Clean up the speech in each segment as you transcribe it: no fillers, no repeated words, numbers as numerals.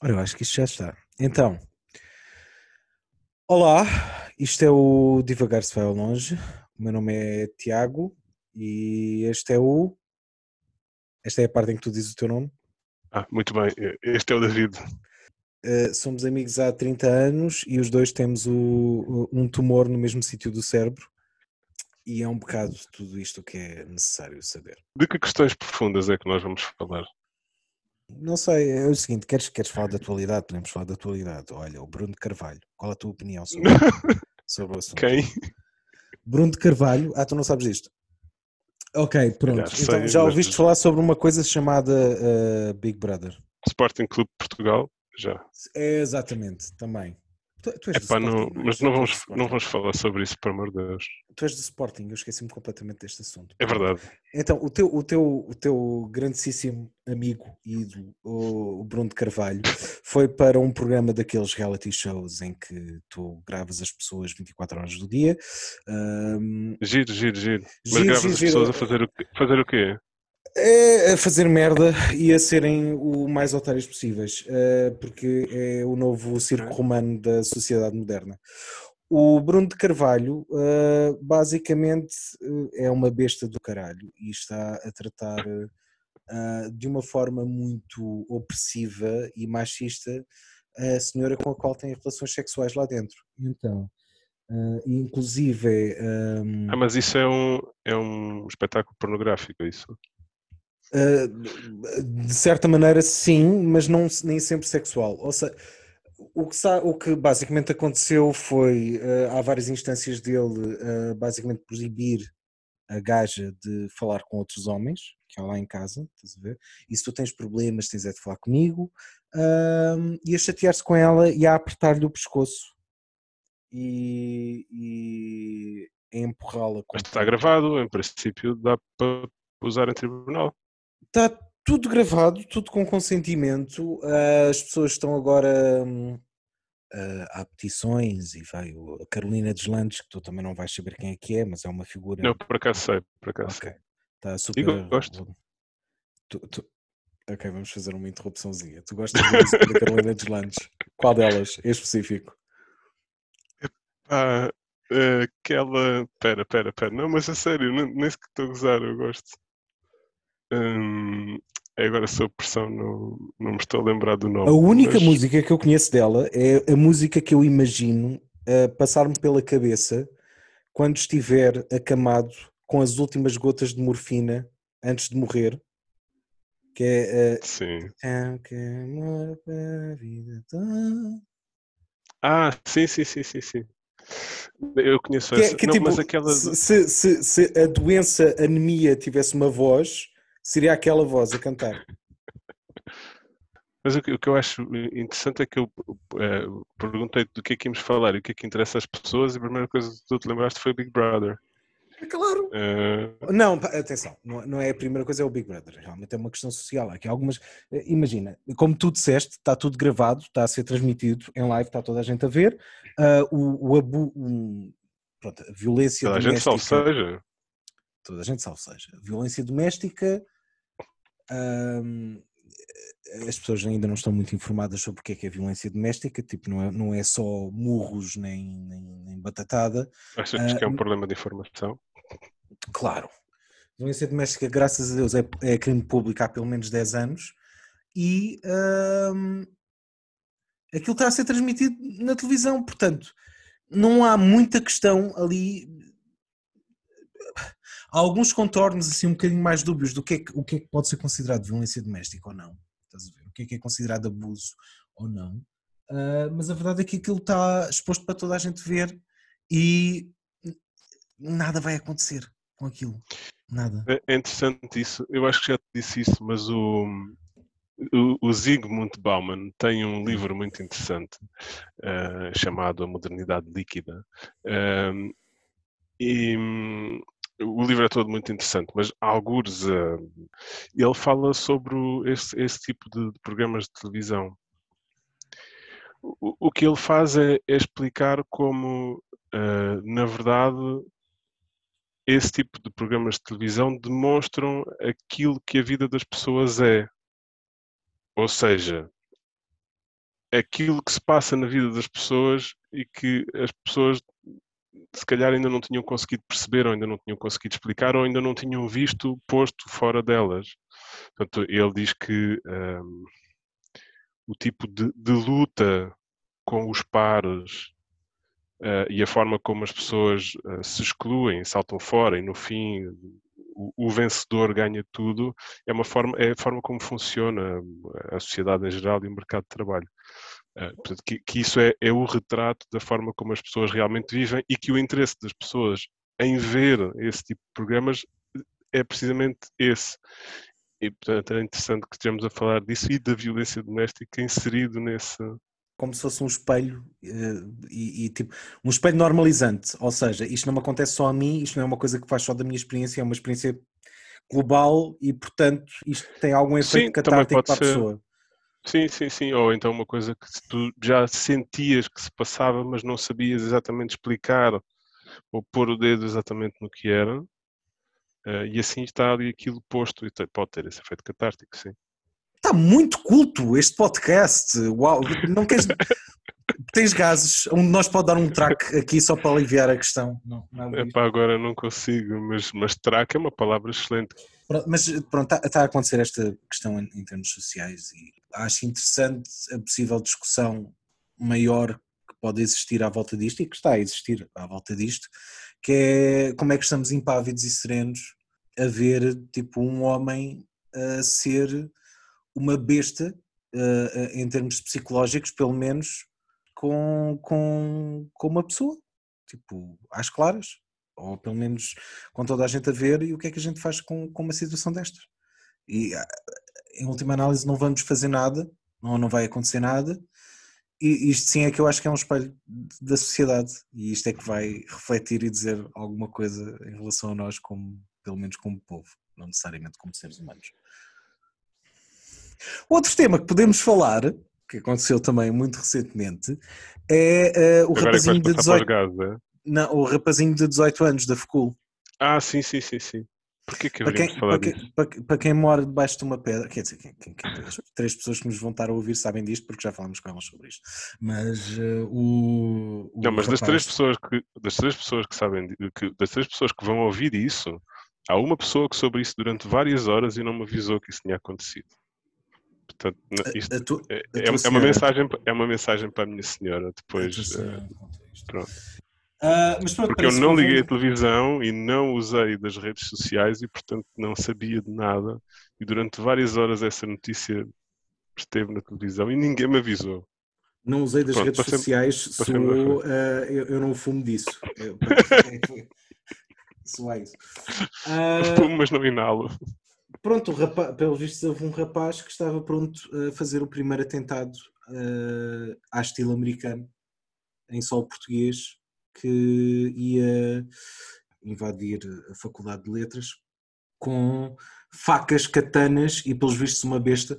Ora, eu acho que isto já está. Então, olá, isto é o Divagar se vai ao longe. O meu nome é Tiago e esta é a parte em que tu dizes o teu nome. Muito bem. Este é o David. Somos amigos há 30 anos e os dois temos um tumor no mesmo sítio do cérebro e é um bocado tudo isto que é necessário saber. De que questões profundas é que nós vamos falar? Não sei, é o seguinte, queres falar da atualidade? Podemos falar da atualidade. Olha, o Bruno de Carvalho, qual a tua opinião sobre o assunto? Quem? Bruno de Carvalho, tu não sabes disto? Ok, Calhar pronto. Então sei, já mas ouviste falar sobre uma coisa chamada Big Brother? Sporting Clube de Portugal, já. É exatamente, também. Tu és do Epá, Sporting, não, não mas és? Tu és do não Sporting. vamos falar sobre isso, por amor de Deus. Tu és do Sporting, eu esqueci-me completamente deste assunto. É Pronto. verdade. Então, o teu grandíssimo amigo e ídolo, o Bruno de Carvalho, foi para um programa daqueles reality shows em que tu gravas as pessoas 24 horas do dia. Ahm, Giro, giro, giro. Mas Giro, gravas giro, as pessoas a giro. fazer fazer o quê? É a fazer merda e a serem o mais otários possíveis, porque é o novo circo Ok. romano da sociedade moderna. O Bruno de Carvalho, basicamente, é uma besta do caralho e está a tratar de uma forma muito opressiva e machista a senhora com a qual tem relações sexuais lá dentro. Então, inclusive, Mas isso é um espetáculo pornográfico, é isso? de certa maneira sim, mas não, nem sempre sexual. Ou seja, o que basicamente aconteceu foi, há várias instâncias dele, basicamente proibir a gaja de falar com outros homens, que há lá em casa, estás a ver? E se tu tens problemas, tens é de falar comigo, e a chatear-se com ela e a apertar-lhe o pescoço e a empurrá-la Mas está contra. gravado, em princípio dá para usar em tribunal. Está tudo gravado, tudo com consentimento. As pessoas estão agora. Há petições e veio a Carolina Deslandes, que tu também não vais saber quem é que é, mas é uma figura. Não, por acaso sei, por acaso Ok, sei. está E super. gosto. Ok, vamos fazer uma interrupçãozinha. Tu gostas da música da Carolina Deslandes? Qual delas, em específico? Ah, aquela. Pera. Não, mas a sério, nem sequer estou a gozar, eu gosto. Hum, Agora sob pressão, não me estou a lembrar do A nome, única mas música que eu conheço dela é a música que eu imagino passar-me pela cabeça quando estiver acamado com as últimas gotas de morfina antes de morrer, que é sim. Tão que amor para vida toda. Sim. Eu conheço Que é, essa. que é Não, mas tipo, aquela. se a doença anemia tivesse uma voz, seria aquela voz a cantar. Mas o que eu acho interessante é que eu perguntei do que é que íamos falar e o que é que interessa às pessoas, e a primeira coisa que tu te lembraste foi Big Brother. É claro. Eh, Não, atenção, não é a primeira coisa, é o Big Brother. Realmente é uma questão social. Há aqui algumas. Imagina, como tu disseste, está tudo gravado, está a ser transmitido em live, está toda a gente a ver. Pronto, a violência Toda a gente, salvo doméstica, seja. toda a gente sabe, seja, a violência doméstica. hum, as pessoas ainda não estão muito informadas sobre o que é violência doméstica, tipo, não é só murros nem batatada. Achas Ah, que é um problema de informação? claro, violência doméstica, graças a Deus, é crime público há pelo menos 10 anos e aquilo está a ser transmitido na televisão, portanto, não há muita questão ali. Há alguns contornos assim um bocadinho mais dúbios do o que é que pode ser considerado violência doméstica ou não. Estás a ver? O que é considerado abuso ou não. Mas a verdade é que aquilo está exposto para toda a gente ver e nada vai acontecer com aquilo. Nada. É interessante isso. Eu acho que já te disse isso, mas o Zygmunt Bauman tem um Hum. livro muito interessante chamado A Modernidade Líquida. Um, o livro é todo muito interessante, mas algures ele fala sobre esse tipo de programas de televisão. O que ele faz é explicar como, na verdade, esse tipo de programas de televisão demonstram aquilo que a vida das pessoas é. Ou seja, aquilo que se passa na vida das pessoas e que as pessoas se calhar ainda não tinham conseguido perceber, ou ainda não tinham conseguido explicar, ou ainda não tinham visto posto fora delas. Portanto, ele diz que o tipo de luta com os pares e a forma como as pessoas se excluem, saltam fora e no fim o vencedor ganha tudo, é a forma como funciona a sociedade em geral e o mercado de trabalho. Portanto, que isso é o retrato da forma como as pessoas realmente vivem e que o interesse das pessoas em ver esse tipo de programas é precisamente esse. E, portanto, é interessante que estejamos a falar disso e da violência doméstica inserido nesse... Como se fosse um espelho tipo um espelho normalizante, ou seja, isto não me acontece só a mim, isto não é uma coisa que faz só da minha experiência, é uma experiência global e portanto isto tem algum efeito Sim, também catártico pode para a ser. pessoa. Sim, sim, sim. Ou então uma coisa que tu já sentias que se passava, mas não sabias exatamente explicar ou pôr o dedo exatamente no que era. E assim está ali aquilo posto. E pode ter esse efeito catártico, sim. Está muito culto este podcast. Uau, não queres. Tens gases, um de nós pode dar um track aqui só para aliviar a questão. Não, nada disto. Epá, agora não consigo, mas traque é uma palavra excelente. Pronto, mas pronto, está a acontecer esta questão em termos sociais e acho interessante a possível discussão maior que pode existir à volta disto e que está a existir à volta disto, que é como é que estamos impávidos e serenos a ver tipo um homem a ser uma besta em termos psicológicos, pelo menos com uma pessoa, tipo, às claras, ou pelo menos com toda a gente a ver, e o que é que a gente faz com uma situação destas? E em última análise não vamos fazer nada, não vai acontecer nada, e isto sim é que eu acho que é um espelho da sociedade, e isto é que vai refletir e dizer alguma coisa em relação a nós, como, pelo menos como povo, não necessariamente como seres humanos. Outro tema que podemos falar, que aconteceu também muito recentemente, é o Agora é que vais rapazinho de passar para os 18, gases, é? não, o rapazinho de 18 anos da FECUL. Ah, sim, sim, sim, sim. Porquê que Para haveríamos de quem, falar disso? para quem mora debaixo de uma pedra, quer dizer, as 3 pessoas que nos vão estar a ouvir sabem disto porque já falámos com elas sobre isto. Mas Não, o mas rapaz. das três pessoas que sabem, das três pessoas que vão ouvir isso, há uma pessoa que soube isso durante várias horas e não me avisou que isso tinha acontecido. Portanto, isto A tua é uma senhora. mensagem para a minha senhora A tua depois, senhora conta isto. pronto. Mas pronto, Porque eu parece que não houve liguei a um. televisão e não usei das redes sociais e, portanto, não sabia de nada. E durante várias horas essa notícia esteve na televisão e ninguém me avisou. Não usei das Pronto, redes sociais, passei-me à frente. eu não fumo disso. Soa isso. Fumo, mas não inalo. Pronto, pelo visto houve um rapaz que estava pronto a fazer o primeiro atentado à estilo americano, em solo português, que ia invadir a Faculdade de Letras com facas, katanas e pelos vistos uma besta.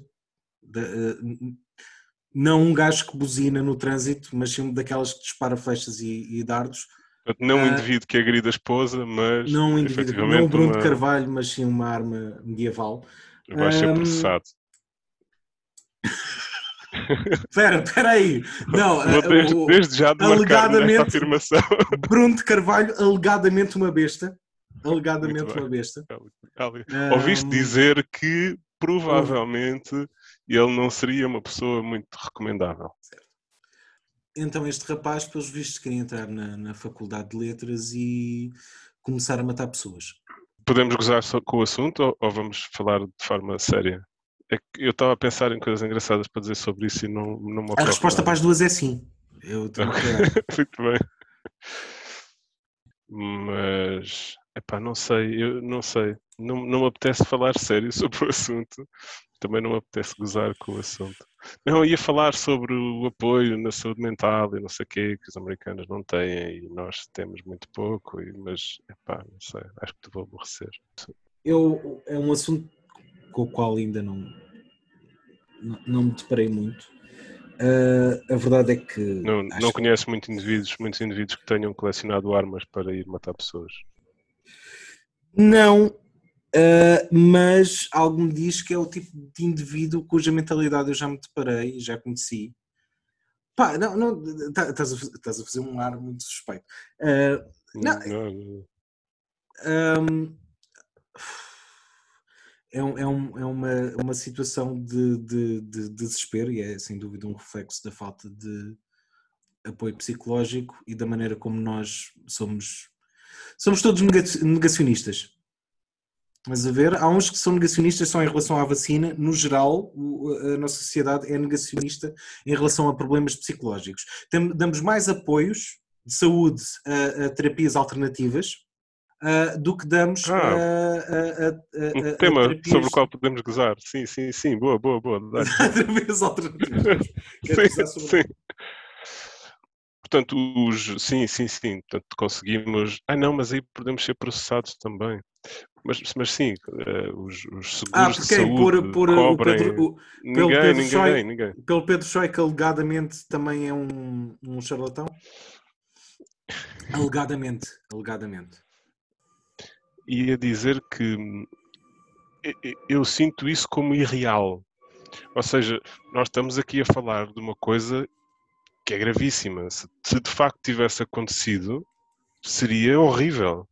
Não um gajo que buzina no trânsito, mas sim daquelas que dispara flechas e dardos. Portanto, não um indivíduo que agride a esposa, mas Não um indivíduo, não um efetivamente Bruno de Carvalho, mas sim uma arma medieval. vai ser processado. Espera aí. Não, Vou desde já demarcar-me nesta alegadamente, afirmação. Bruno de Carvalho, alegadamente uma besta. Muito Alegadamente bem. uma besta. Ouviste dizer que Houve. provavelmente ele não seria uma pessoa muito recomendável. Então este rapaz, pelos vistos, queria entrar na Faculdade de Letras e começar a matar pessoas. Podemos gozar só com o assunto ou vamos falar de forma séria? É que eu estava a pensar em coisas engraçadas para dizer sobre isso e não me A ocorre resposta para nada. as duas é sim. Eu estou-me a cagar. Muito bem. Mas, epá, não sei, eu não sei. Não me apetece falar sério sobre o assunto. Também não me apetece gozar com o assunto. Não, eu ia falar sobre o apoio na saúde mental e não sei o quê, que os americanos não têm e nós temos muito pouco, mas, epá, não sei, acho que te vou aborrecer. É um assunto com o qual ainda não me deparei muito. A verdade é que Não conheço muitos indivíduos que tenham colecionado armas para ir matar pessoas. não, mas algo me diz que é o tipo de indivíduo cuja mentalidade eu já me deparei, já conheci, Pá, não, estás a fazer um ar muito suspeito. Não, Não. hum, é uma situação de desespero e é sem dúvida um reflexo da falta de apoio psicológico e da maneira como nós somos todos negacionistas. Mas a ver, há uns que são negacionistas só em relação à vacina. No geral, a nossa sociedade é negacionista em relação a problemas psicológicos. Damos mais apoios de saúde a terapias alternativas do que damos Ah, um a tema sobre o terapias, qual podemos gozar. Sim. Boa. Dá-lhe. a terapias alternativas. Queres Sim, gozar sobre o sim. quê? Portanto, sim. Portanto, conseguimos. Ah, não, mas aí podemos ser processados também. Mas sim, os seguros de Por quem? saúde O Pedro, cobrem. pelo Pedro Choi, Ninguém. pelo Pedro Choi, que alegadamente também é um charlatão? Alegadamente. Ia dizer que eu sinto isso como irreal. Ou seja, nós estamos aqui a falar de uma coisa que é gravíssima. Se de facto tivesse acontecido, seria horrível.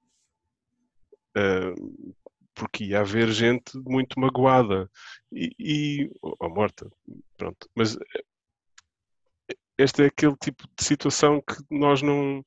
Porque ia haver gente muito magoada ou morta. Pronto. Mas este é aquele tipo de situação que nós não.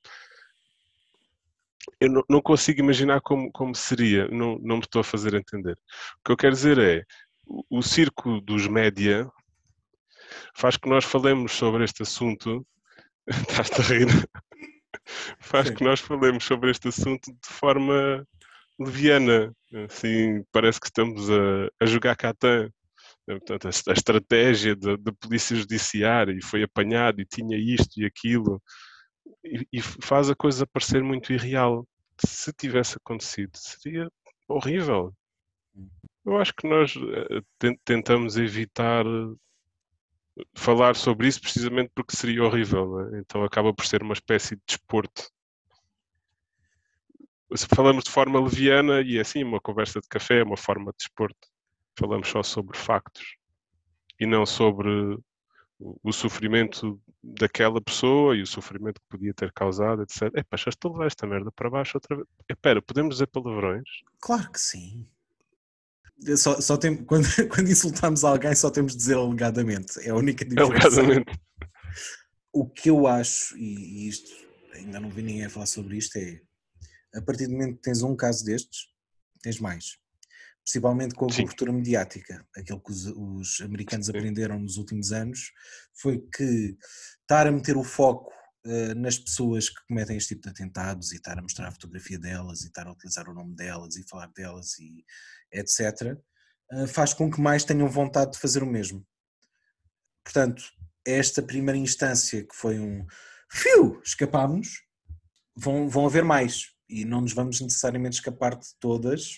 Eu não consigo imaginar como seria. Não me estou a fazer entender. O que eu quero dizer é o circo dos média faz que nós falemos sobre este assunto. Estás-te a rir? Faz Sim. que nós falemos sobre este assunto de forma leviana. Assim, parece que estamos a jogar Catan. Portanto, a estratégia da polícia judiciária e foi apanhado e tinha isto e aquilo e faz a coisa parecer muito irreal. Se tivesse acontecido, seria horrível. Eu acho que nós tentamos evitar falar sobre isso precisamente porque seria horrível, não é? Então acaba por ser uma espécie de desporto. Se falamos de forma leviana e é assim, uma conversa de café é uma forma de desporto. Falamos só sobre factos e não sobre o sofrimento daquela pessoa e o sofrimento que podia ter causado, etc. Epá, já estou a levar esta merda para baixo outra vez. Espera, podemos dizer palavrões? Claro que sim. Quando insultamos alguém, só temos de dizer alegadamente. É a única diferença. Alegadamente. O que eu acho, e isto ainda não vi ninguém a falar sobre isto, é a partir do momento que tens um caso destes, tens mais. Principalmente com a Sim, cobertura mediática. Aquilo que os americanos sim. aprenderam nos últimos anos foi que estar a meter o foco nas pessoas que cometem este tipo de atentados e estar a mostrar a fotografia delas e estar a utilizar o nome delas e falar delas e etc., faz com que mais tenham vontade de fazer o mesmo. Portanto, esta primeira instância que foi escapámos, vão haver mais e não nos vamos necessariamente escapar de todas.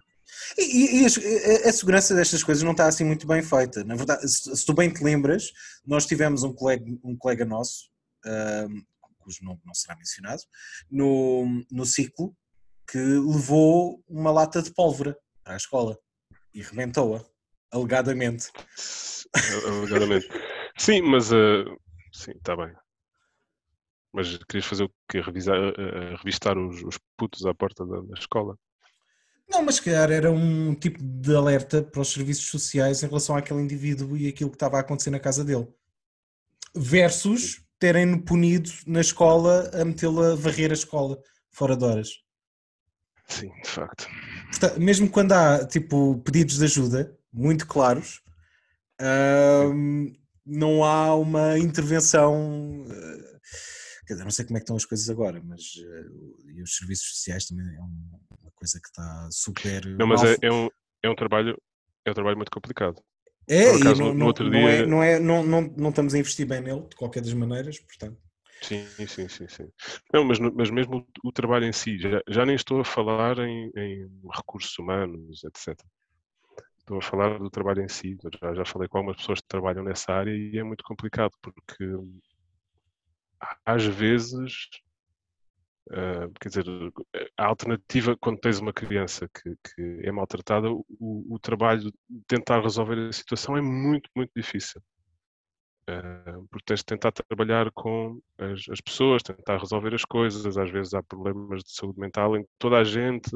A segurança destas coisas não está assim muito bem feita. Na verdade, se tu bem te lembras, nós tivemos um colega nosso, cujo nome não será mencionado, no ciclo, que levou uma lata de pólvora para a escola e rebentou-a, alegadamente. Alegadamente. Sim, mas sim, está bem. Mas querias fazer o quê? Revistar os putos à porta da escola? Não, mas se calhar era um tipo de alerta para os serviços sociais em relação àquele indivíduo e aquilo que estava a acontecer na casa dele. Versus terem-no punido na escola a metê-lo a varrer a escola fora de horas. Sim, de facto. Portanto, mesmo quando há tipo pedidos de ajuda muito claros, Sim. não há uma intervenção. Quer dizer, não sei como é que estão as coisas agora, mas e os serviços sociais também é uma coisa que está super Não, mas mal. é um trabalho muito complicado. Por É, e acaso, no outro dia, não estamos a investir bem nele, de qualquer das maneiras, portanto. sim. Não, mas mesmo o trabalho em si, já nem estou a falar em recursos humanos, etc. Estou a falar do trabalho em si. Já falei com algumas pessoas que trabalham nessa área e é muito complicado porque às vezes, quer dizer, a alternativa quando tens uma criança que é maltratada, o trabalho de tentar resolver a situação é muito difícil. Porque tens de tentar trabalhar com as pessoas, tentar resolver as coisas. Às vezes há problemas de saúde mental em toda a gente.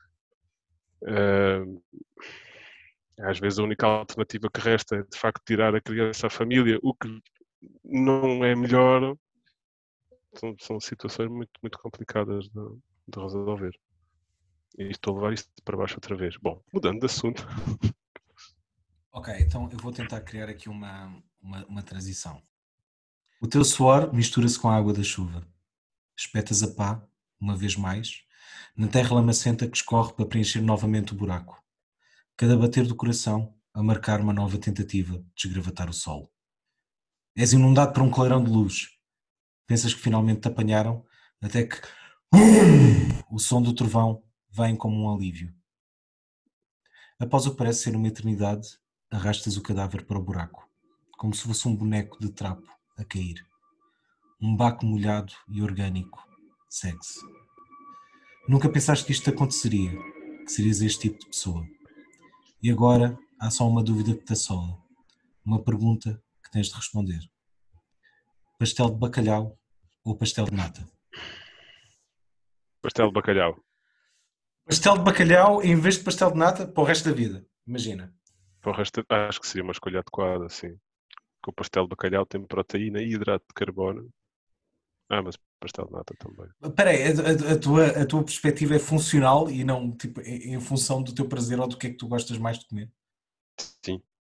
Às vezes a única alternativa que resta é de facto tirar a criança à família, o que não é melhor. São situações muito, muito complicadas de resolver. E estou a levar isto para baixo outra vez. Bom, mudando de assunto. Ok, então eu vou tentar criar aqui uma transição. O teu suor mistura-se com a água da chuva. Espetas a pá, uma vez mais, na terra lamacenta que escorre para preencher novamente o buraco. Cada bater do coração a marcar uma nova tentativa de esgravatar o sol. És inundado por um clarão de luz. Pensas que finalmente te apanharam, até que o som do trovão vem como um alívio. Após o que parece ser uma eternidade, arrastas o cadáver para o buraco, como se fosse um boneco de trapo a cair. Um baco molhado e orgânico segue-se. Nunca pensaste que isto te aconteceria, que serias este tipo de pessoa. E agora há só uma dúvida que te assola, uma pergunta que tens de responder. Pastel de bacalhau ou pastel de nata? Pastel de bacalhau. Pastel de bacalhau em vez de pastel de nata para o resto da vida, imagina. Para o resto, acho que seria uma escolha adequada, sim. Com o pastel de bacalhau tem proteína e hidrato de carbono. Mas pastel de nata também. Espera aí, a tua perspectiva é funcional e não tipo, em função do teu prazer ou do que é que tu gostas mais de comer? Sim.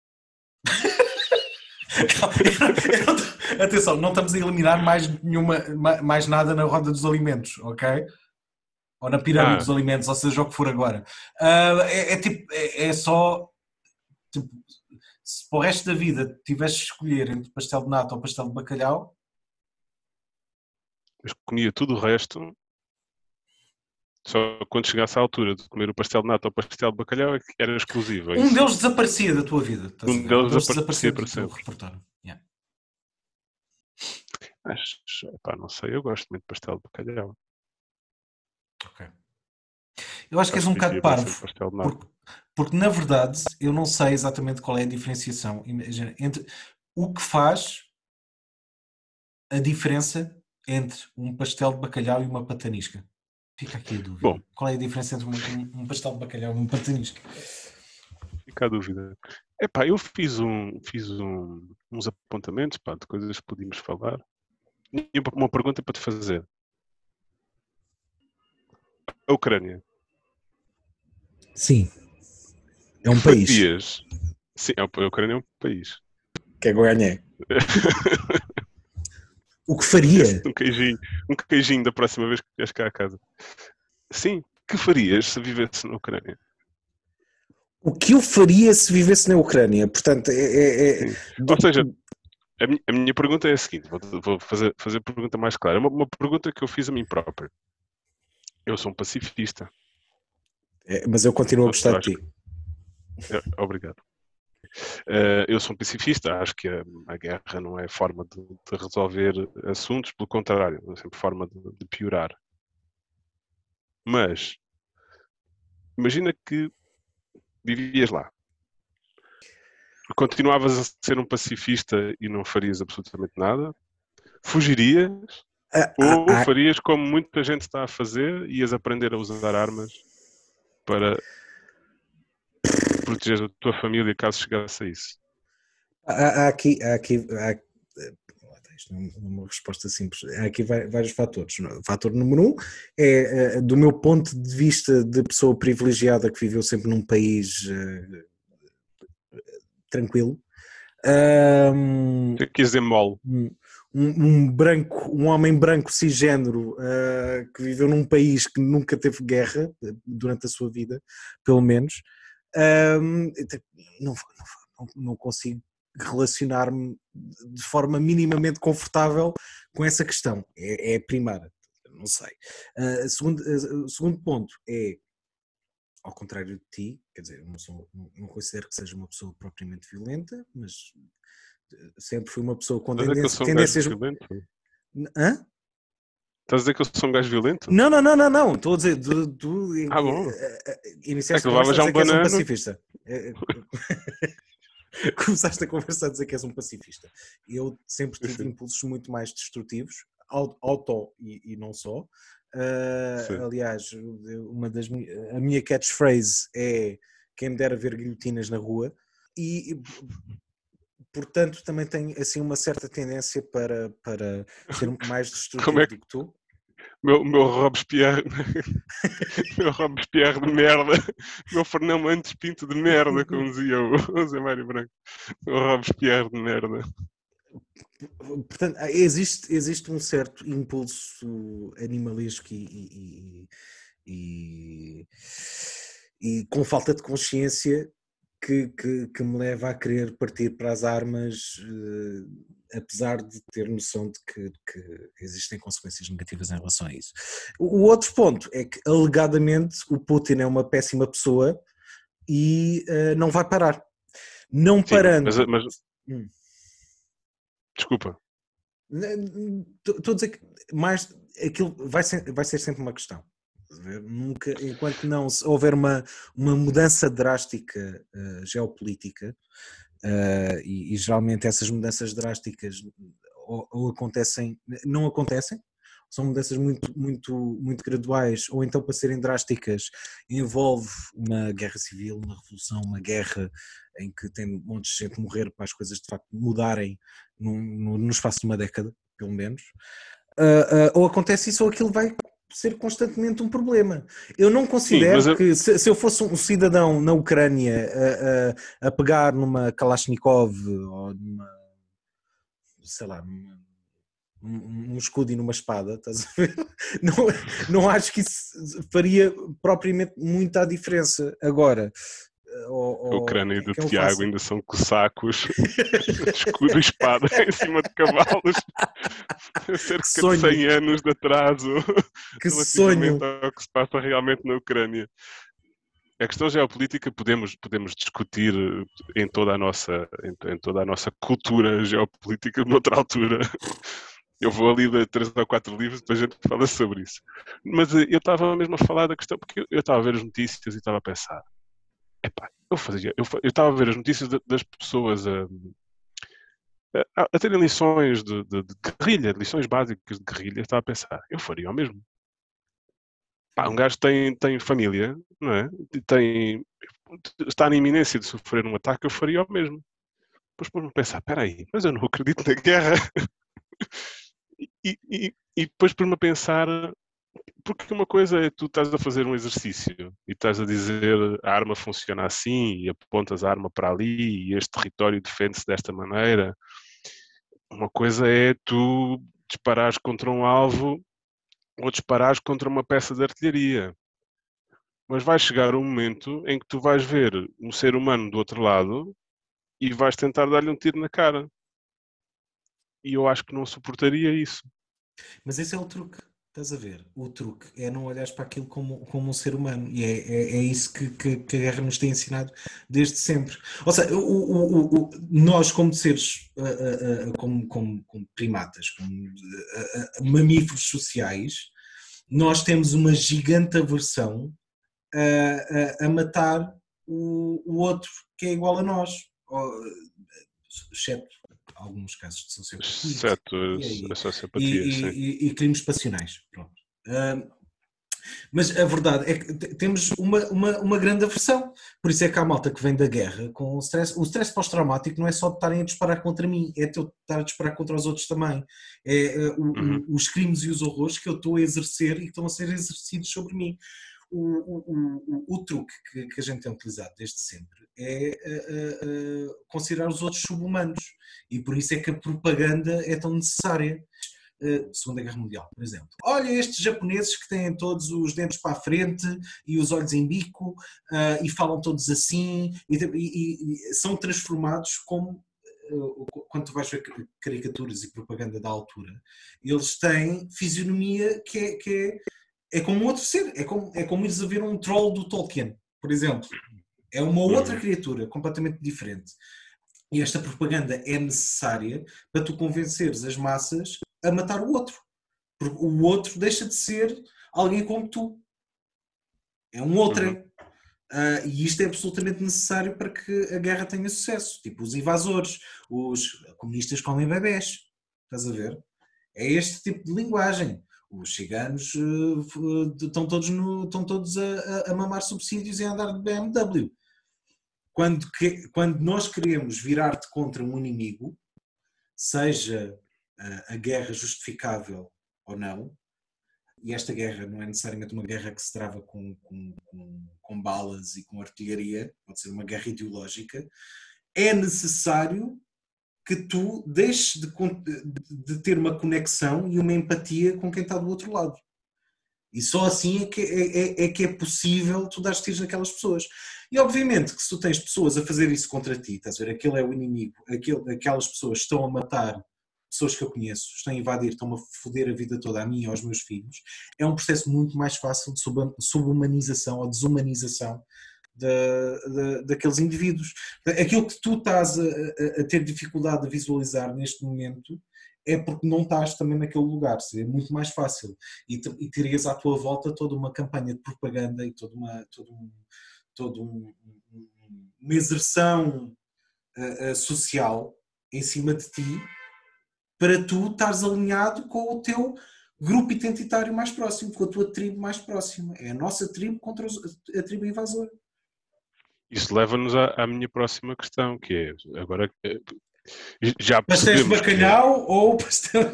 Atenção, não estamos a eliminar mais nada na roda dos alimentos, ok? Ou na pirâmide dos alimentos, ou seja o que for agora. É só tipo, se para o resto da vida tivesse de escolher entre pastel de nata ou pastel de bacalhau, eu comia tudo o resto, só quando chegasse à altura de comer o pastel de nata ou o pastel de bacalhau é que era exclusivo. Um deles desaparecia da tua vida. Um deles desaparecia para do teu sempre. repertório. Yeah. Mas, não sei, eu gosto muito de pastel de bacalhau. Ok. Eu acho que és um bocado parvo, porque na verdade eu não sei exatamente qual é a diferenciação entre o que faz a diferença entre um pastel de bacalhau e uma patanisca. Fica aqui a dúvida. Bom, qual é a diferença entre um pastel de bacalhau e uma patanisca? Fica a dúvida. Eu fiz uns apontamentos de coisas que podíamos falar. E uma pergunta para te fazer. A Ucrânia. Sim. É um país. Sim, a Ucrânia é um país. Que é Goiânia. O que faria? Um queijinho da próxima vez que vieres cá a casa. Sim, que farias se vivesse na Ucrânia? O que eu faria se vivesse na Ucrânia? Portanto, Ou seja, a minha pergunta é a seguinte, vou fazer a pergunta mais clara. Uma pergunta que eu fiz a mim próprio. Eu sou um pacifista. Mas eu continuo a gostar de ti. Obrigado. Eu sou um pacifista, acho que a guerra não é forma de resolver assuntos, pelo contrário, é sempre forma de piorar. Mas, imagina que vivias lá. Continuavas a ser um pacifista e não farias absolutamente nada? Fugirias? Ou farias como muita gente está a fazer, ias aprender a usar armas para proteger a tua família caso chegasse a isso? Há aqui isto não é uma resposta simples. Há aqui vários fatores. O fator número 1 é, do meu ponto de vista de pessoa privilegiada que viveu sempre num país tranquilo. Eu quis dizer mole. Um homem branco cisgênero que viveu num país que nunca teve guerra durante a sua vida, pelo menos, não consigo relacionar-me de forma minimamente confortável com essa questão. É a primeira, não sei. O segundo ponto é, ao contrário de ti, quer dizer, eu não considero que seja uma pessoa propriamente violenta, mas sempre fui uma pessoa com tendências... Hã? Estás a dizer que eu sou um gajo violento? Não. Estou a dizer, bom. Iniciaste a dizer que és um pacifista. começaste a conversa a dizer que és um pacifista. Eu sempre tive impulsos muito mais destrutivos, e não só. Aliás, a minha catchphrase é quem me dera ver guilhotinas na rua, e portanto também tenho assim uma certa tendência para ser mais destrutivo do que tu. Meu Robespierre meu Robespierre de merda, meu Fernão Pinto de merda, como dizia o Zé Mário Branco, meu Robespierre de merda. Portanto, existe um certo impulso animalesco e com falta de consciência que me leva a querer partir para as armas, apesar de ter noção de que existem consequências negativas em relação a isso. O outro ponto é que, alegadamente, o Putin é uma péssima pessoa e não vai parar. Não parando... Mas... Desculpa. Estou a dizer que aquilo vai ser sempre uma questão. Nunca, enquanto não houver uma mudança drástica geopolítica, e geralmente essas mudanças drásticas ou acontecem, não acontecem, são mudanças muito graduais, ou então, para serem drásticas, envolve uma guerra civil, uma revolução, uma guerra em que tem montes de gente morrer para as coisas de facto mudarem no espaço de uma década, pelo menos. Ou acontece isso ou aquilo vai ser constantemente um problema. Eu não considero que se eu fosse um cidadão na Ucrânia a pegar numa Kalashnikov ou numa, sei lá, um escudo e numa espada, estás a ver? Não acho que isso faria propriamente muita diferença. Agora, a Ucrânia e do Tiago ainda são cossacos, escudo e espada em cima de cavalos, cerca de 100 anos de atraso relativamente ao que se passa realmente na Ucrânia. A questão geopolítica podemos discutir em toda a nossa cultura geopolítica noutra altura. Eu vou ali ler 3 ou 4 livros e depois a gente fala sobre isso. Mas eu estava mesmo a falar da questão, porque eu estava a ver as notícias e estava a pensar, eu estava a ver as notícias das pessoas a terem lições de guerrilha, lições básicas de guerrilha, estava a pensar, eu faria o mesmo. Um gajo tem família, não é? Está na iminência de sofrer um ataque, eu faria o mesmo. Depois pôs-me a pensar, espera aí, mas eu não acredito na guerra. E depois pôs-me a pensar, porque uma coisa é tu estás a fazer um exercício e estás a dizer a arma funciona assim e apontas a arma para ali e este território defende-se desta maneira. Uma coisa é tu disparares contra um alvo ou disparares contra uma peça de artilharia. Mas vai chegar um momento em que tu vais ver um ser humano do outro lado e vais tentar dar-lhe um tiro na cara. E eu acho que não suportaria isso. Mas esse é o truque, estás a ver? O truque é não olhares para aquilo como um ser humano. E é isso que a guerra nos tem ensinado desde sempre. Ou seja, nós como seres, como primatas, como mamíferos sociais, nós temos uma gigante aversão a matar o outro que é igual a nós. Exceto alguns casos de sociopatia. E crimes passionais. Pronto. Mas a verdade é que temos uma grande aversão. Por isso é que há malta que vem da guerra com o stress. O stress pós-traumático não é só de estarem a disparar contra mim, é de eu estar a disparar contra os outros também. Os crimes e os horrores que eu estou a exercer e que estão a ser exercidos sobre mim. O truque que a gente tem utilizado desde sempre é considerar os outros sub-humanos, e por isso é que a propaganda é tão necessária. Segunda Guerra Mundial, por exemplo. Olha estes japoneses que têm todos os dentes para a frente e os olhos em bico e falam todos assim e são transformados como... Quando tu vais ver caricaturas e propaganda da altura, eles têm fisionomia que é como um outro ser, é como ires a ver um troll do Tolkien, por exemplo. É uma outra criatura completamente diferente. E esta propaganda é necessária para tu convenceres as massas a matar o outro. Porque o outro deixa de ser alguém como tu. É um outro. E isto é absolutamente necessário para que a guerra tenha sucesso. Tipo, os invasores, os comunistas comem bebés. Estás a ver? É este tipo de linguagem. Os ciganos estão todos a mamar subsídios e a andar de BMW. Quando nós queremos virar-te contra um inimigo, seja a guerra justificável ou não, e esta guerra não é necessariamente uma guerra que se trava com balas e com artilharia, pode ser uma guerra ideológica, é necessário que tu deixes de ter uma conexão e uma empatia com quem está do outro lado. E só assim é que é possível tu dar tiros naquelas pessoas. E obviamente que se tu tens pessoas a fazer isso contra ti, estás a ver, aquele é o inimigo, aquelas pessoas estão a matar pessoas que eu conheço, estão a invadir, estão a foder a vida toda a mim e aos meus filhos, é um processo muito mais fácil de subhumanização ou desumanização daqueles indivíduos. Aquilo que tu estás a ter dificuldade de visualizar neste momento é porque não estás também naquele lugar, seria muito mais fácil e terias à tua volta toda uma campanha de propaganda e toda uma exerção social em cima de ti para tu estares alinhado com o teu grupo identitário mais próximo, com a tua tribo mais próxima. É a nossa tribo contra a tribo invasora. Isso leva-nos à minha próxima questão, que é, agora já Pastéis de percebemos bacalhau ou pastel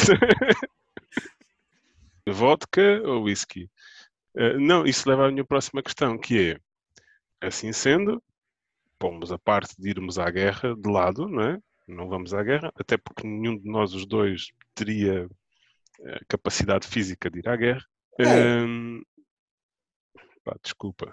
de vodka ou whisky? Não, isso leva à minha próxima questão, que é, assim sendo, pomos a parte de irmos à guerra de lado, não é? Não vamos à guerra, até porque nenhum de nós os dois teria capacidade física de ir à guerra. Desculpa.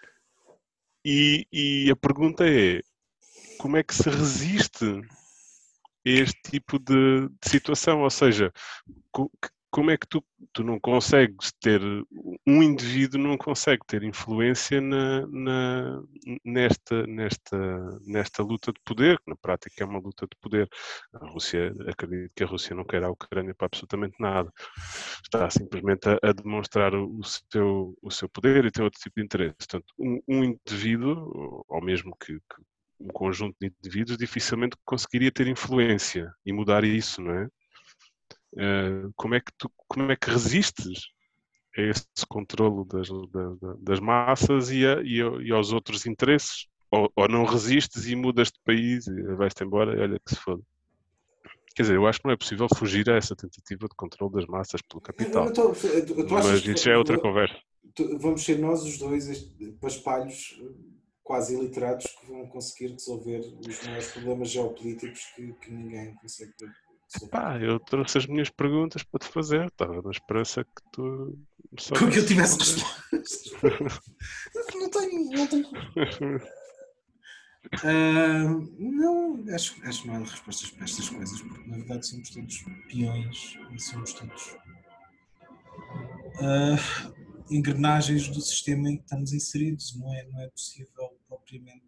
E a pergunta é, como é que se resiste a este tipo de situação? Ou seja, como é que tu não consegues ter, um indivíduo não consegue ter influência nesta luta de poder, que na prática é uma luta de poder. Acredito que a Rússia não quer a Ucrânia para absolutamente nada. Está simplesmente a demonstrar o seu poder e tem outro tipo de interesse. Portanto, um indivíduo, ou mesmo que um conjunto de indivíduos, dificilmente conseguiria ter influência e mudar isso, não é? Como é que resistes a esse controlo das massas e aos outros interesses? Ou não resistes e mudas de país e vais-te embora e olha que se foda. Quer dizer, eu acho que não é possível fugir a essa tentativa de controle das massas pelo capital. Mas isso já é outra conversa. Vamos ser nós os dois paspalhos quase iliterados que vão conseguir resolver os maiores problemas geopolíticos que ninguém consegue resolver. Eu trouxe as minhas perguntas para te fazer. Estava na esperança que tu com que eu tivesse respostas. Não tenho. Não, acho que não há respostas para estas coisas, porque na verdade somos todos peões e somos todos engrenagens do sistema em que estamos inseridos. Não é possível propriamente.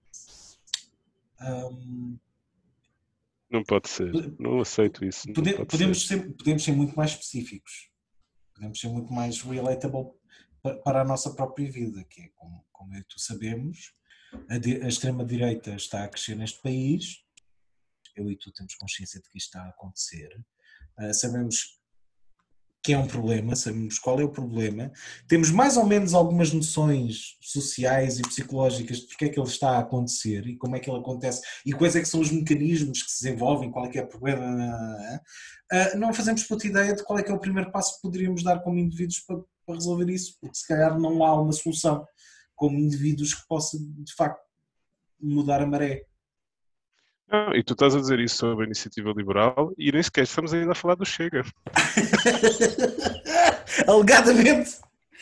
Não pode ser, não aceito isso. Podemos ser muito mais específicos, podemos ser muito mais relatable para a nossa própria vida, que é como eu e tu sabemos, a extrema-direita está a crescer neste país, eu e tu temos consciência de que isto está a acontecer, sabemos que é um problema, sabemos qual é o problema, temos mais ou menos algumas noções sociais e psicológicas de porque é que ele está a acontecer e como é que ele acontece e quais é que são os mecanismos que se desenvolvem, qual é que é o problema. Não fazemos puta ideia de qual é que é o primeiro passo que poderíamos dar como indivíduos para resolver isso, porque se calhar não há uma solução como indivíduos que possa de facto mudar a maré. Não, e tu estás a dizer isso sobre a iniciativa liberal e nem sequer estamos ainda a falar do Chega. Alegadamente.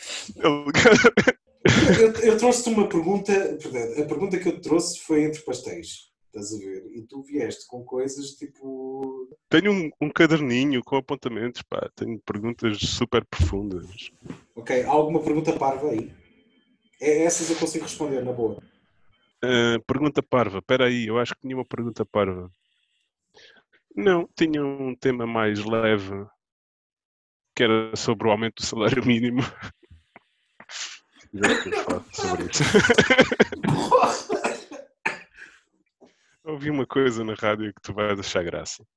Eu trouxe-te uma pergunta, a pergunta que eu te trouxe foi entre pastéis, estás a ver? E tu vieste com coisas tipo... Tenho um caderninho com apontamentos, tenho perguntas super profundas. Ok, há alguma pergunta parva aí? Essas eu consigo responder, na boa. Pergunta parva, espera aí, eu acho que tinha uma pergunta parva. Não, tinha um tema mais leve, que era sobre o aumento do salário mínimo. quiseres podemos falar sobre isso. Ouvi uma coisa na rádio que tu vais achar graça.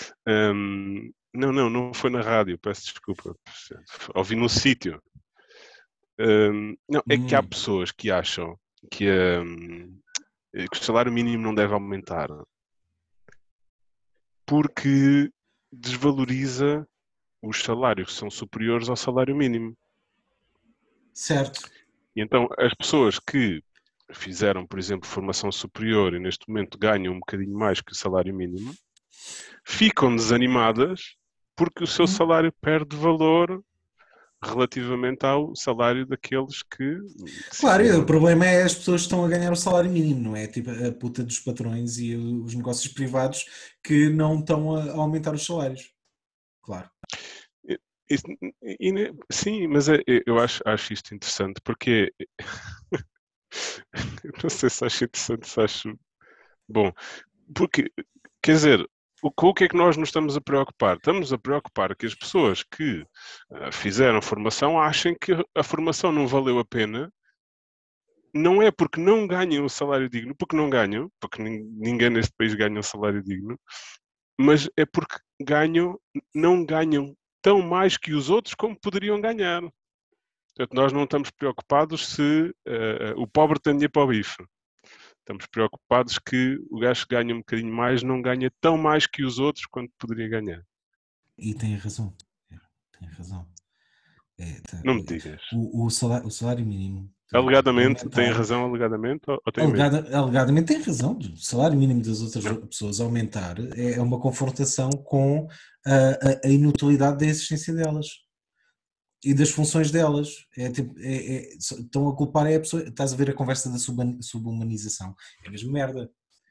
Não foi na rádio, peço desculpa. Ouvi no sítio. Não, é que há pessoas que acham que o salário mínimo não deve aumentar porque desvaloriza os salários que são superiores ao salário mínimo. Certo. E então as pessoas que fizeram, por exemplo, formação superior e neste momento ganham um bocadinho mais que o salário mínimo, ficam desanimadas porque o seu salário perde valor relativamente ao salário daqueles que... Claro, o problema é as pessoas que estão a ganhar o salário mínimo, não é? Tipo a puta dos patrões e os negócios privados que não estão a aumentar os salários. Claro. Sim, mas eu acho isto interessante porque eu não sei se acho interessante, se acho bom, porque, quer dizer, com o que é que nós nos estamos a preocupar? Estamos a preocupar que as pessoas que fizeram formação achem que a formação não valeu a pena. Não é porque não ganham o salário digno, porque não ganham, porque ninguém neste país ganha um salário digno, mas é porque não ganham tão mais que os outros como poderiam ganhar. Portanto, nós não estamos preocupados se o pobre tem dinheiro para o bife. Estamos preocupados que o gajo que ganha um bocadinho mais não ganha tão mais que os outros quanto poderia ganhar. E tem razão. Tem razão. Não me digas. O salário mínimo. Alegadamente, tem razão alegadamente ou tem medo? Alegadamente tem razão. O salário mínimo das outras pessoas aumentar é uma confrontação com a inutilidade da existência delas e das funções delas. Estão a culpar a pessoa. Estás a ver a conversa da subhumanização. É a mesma merda.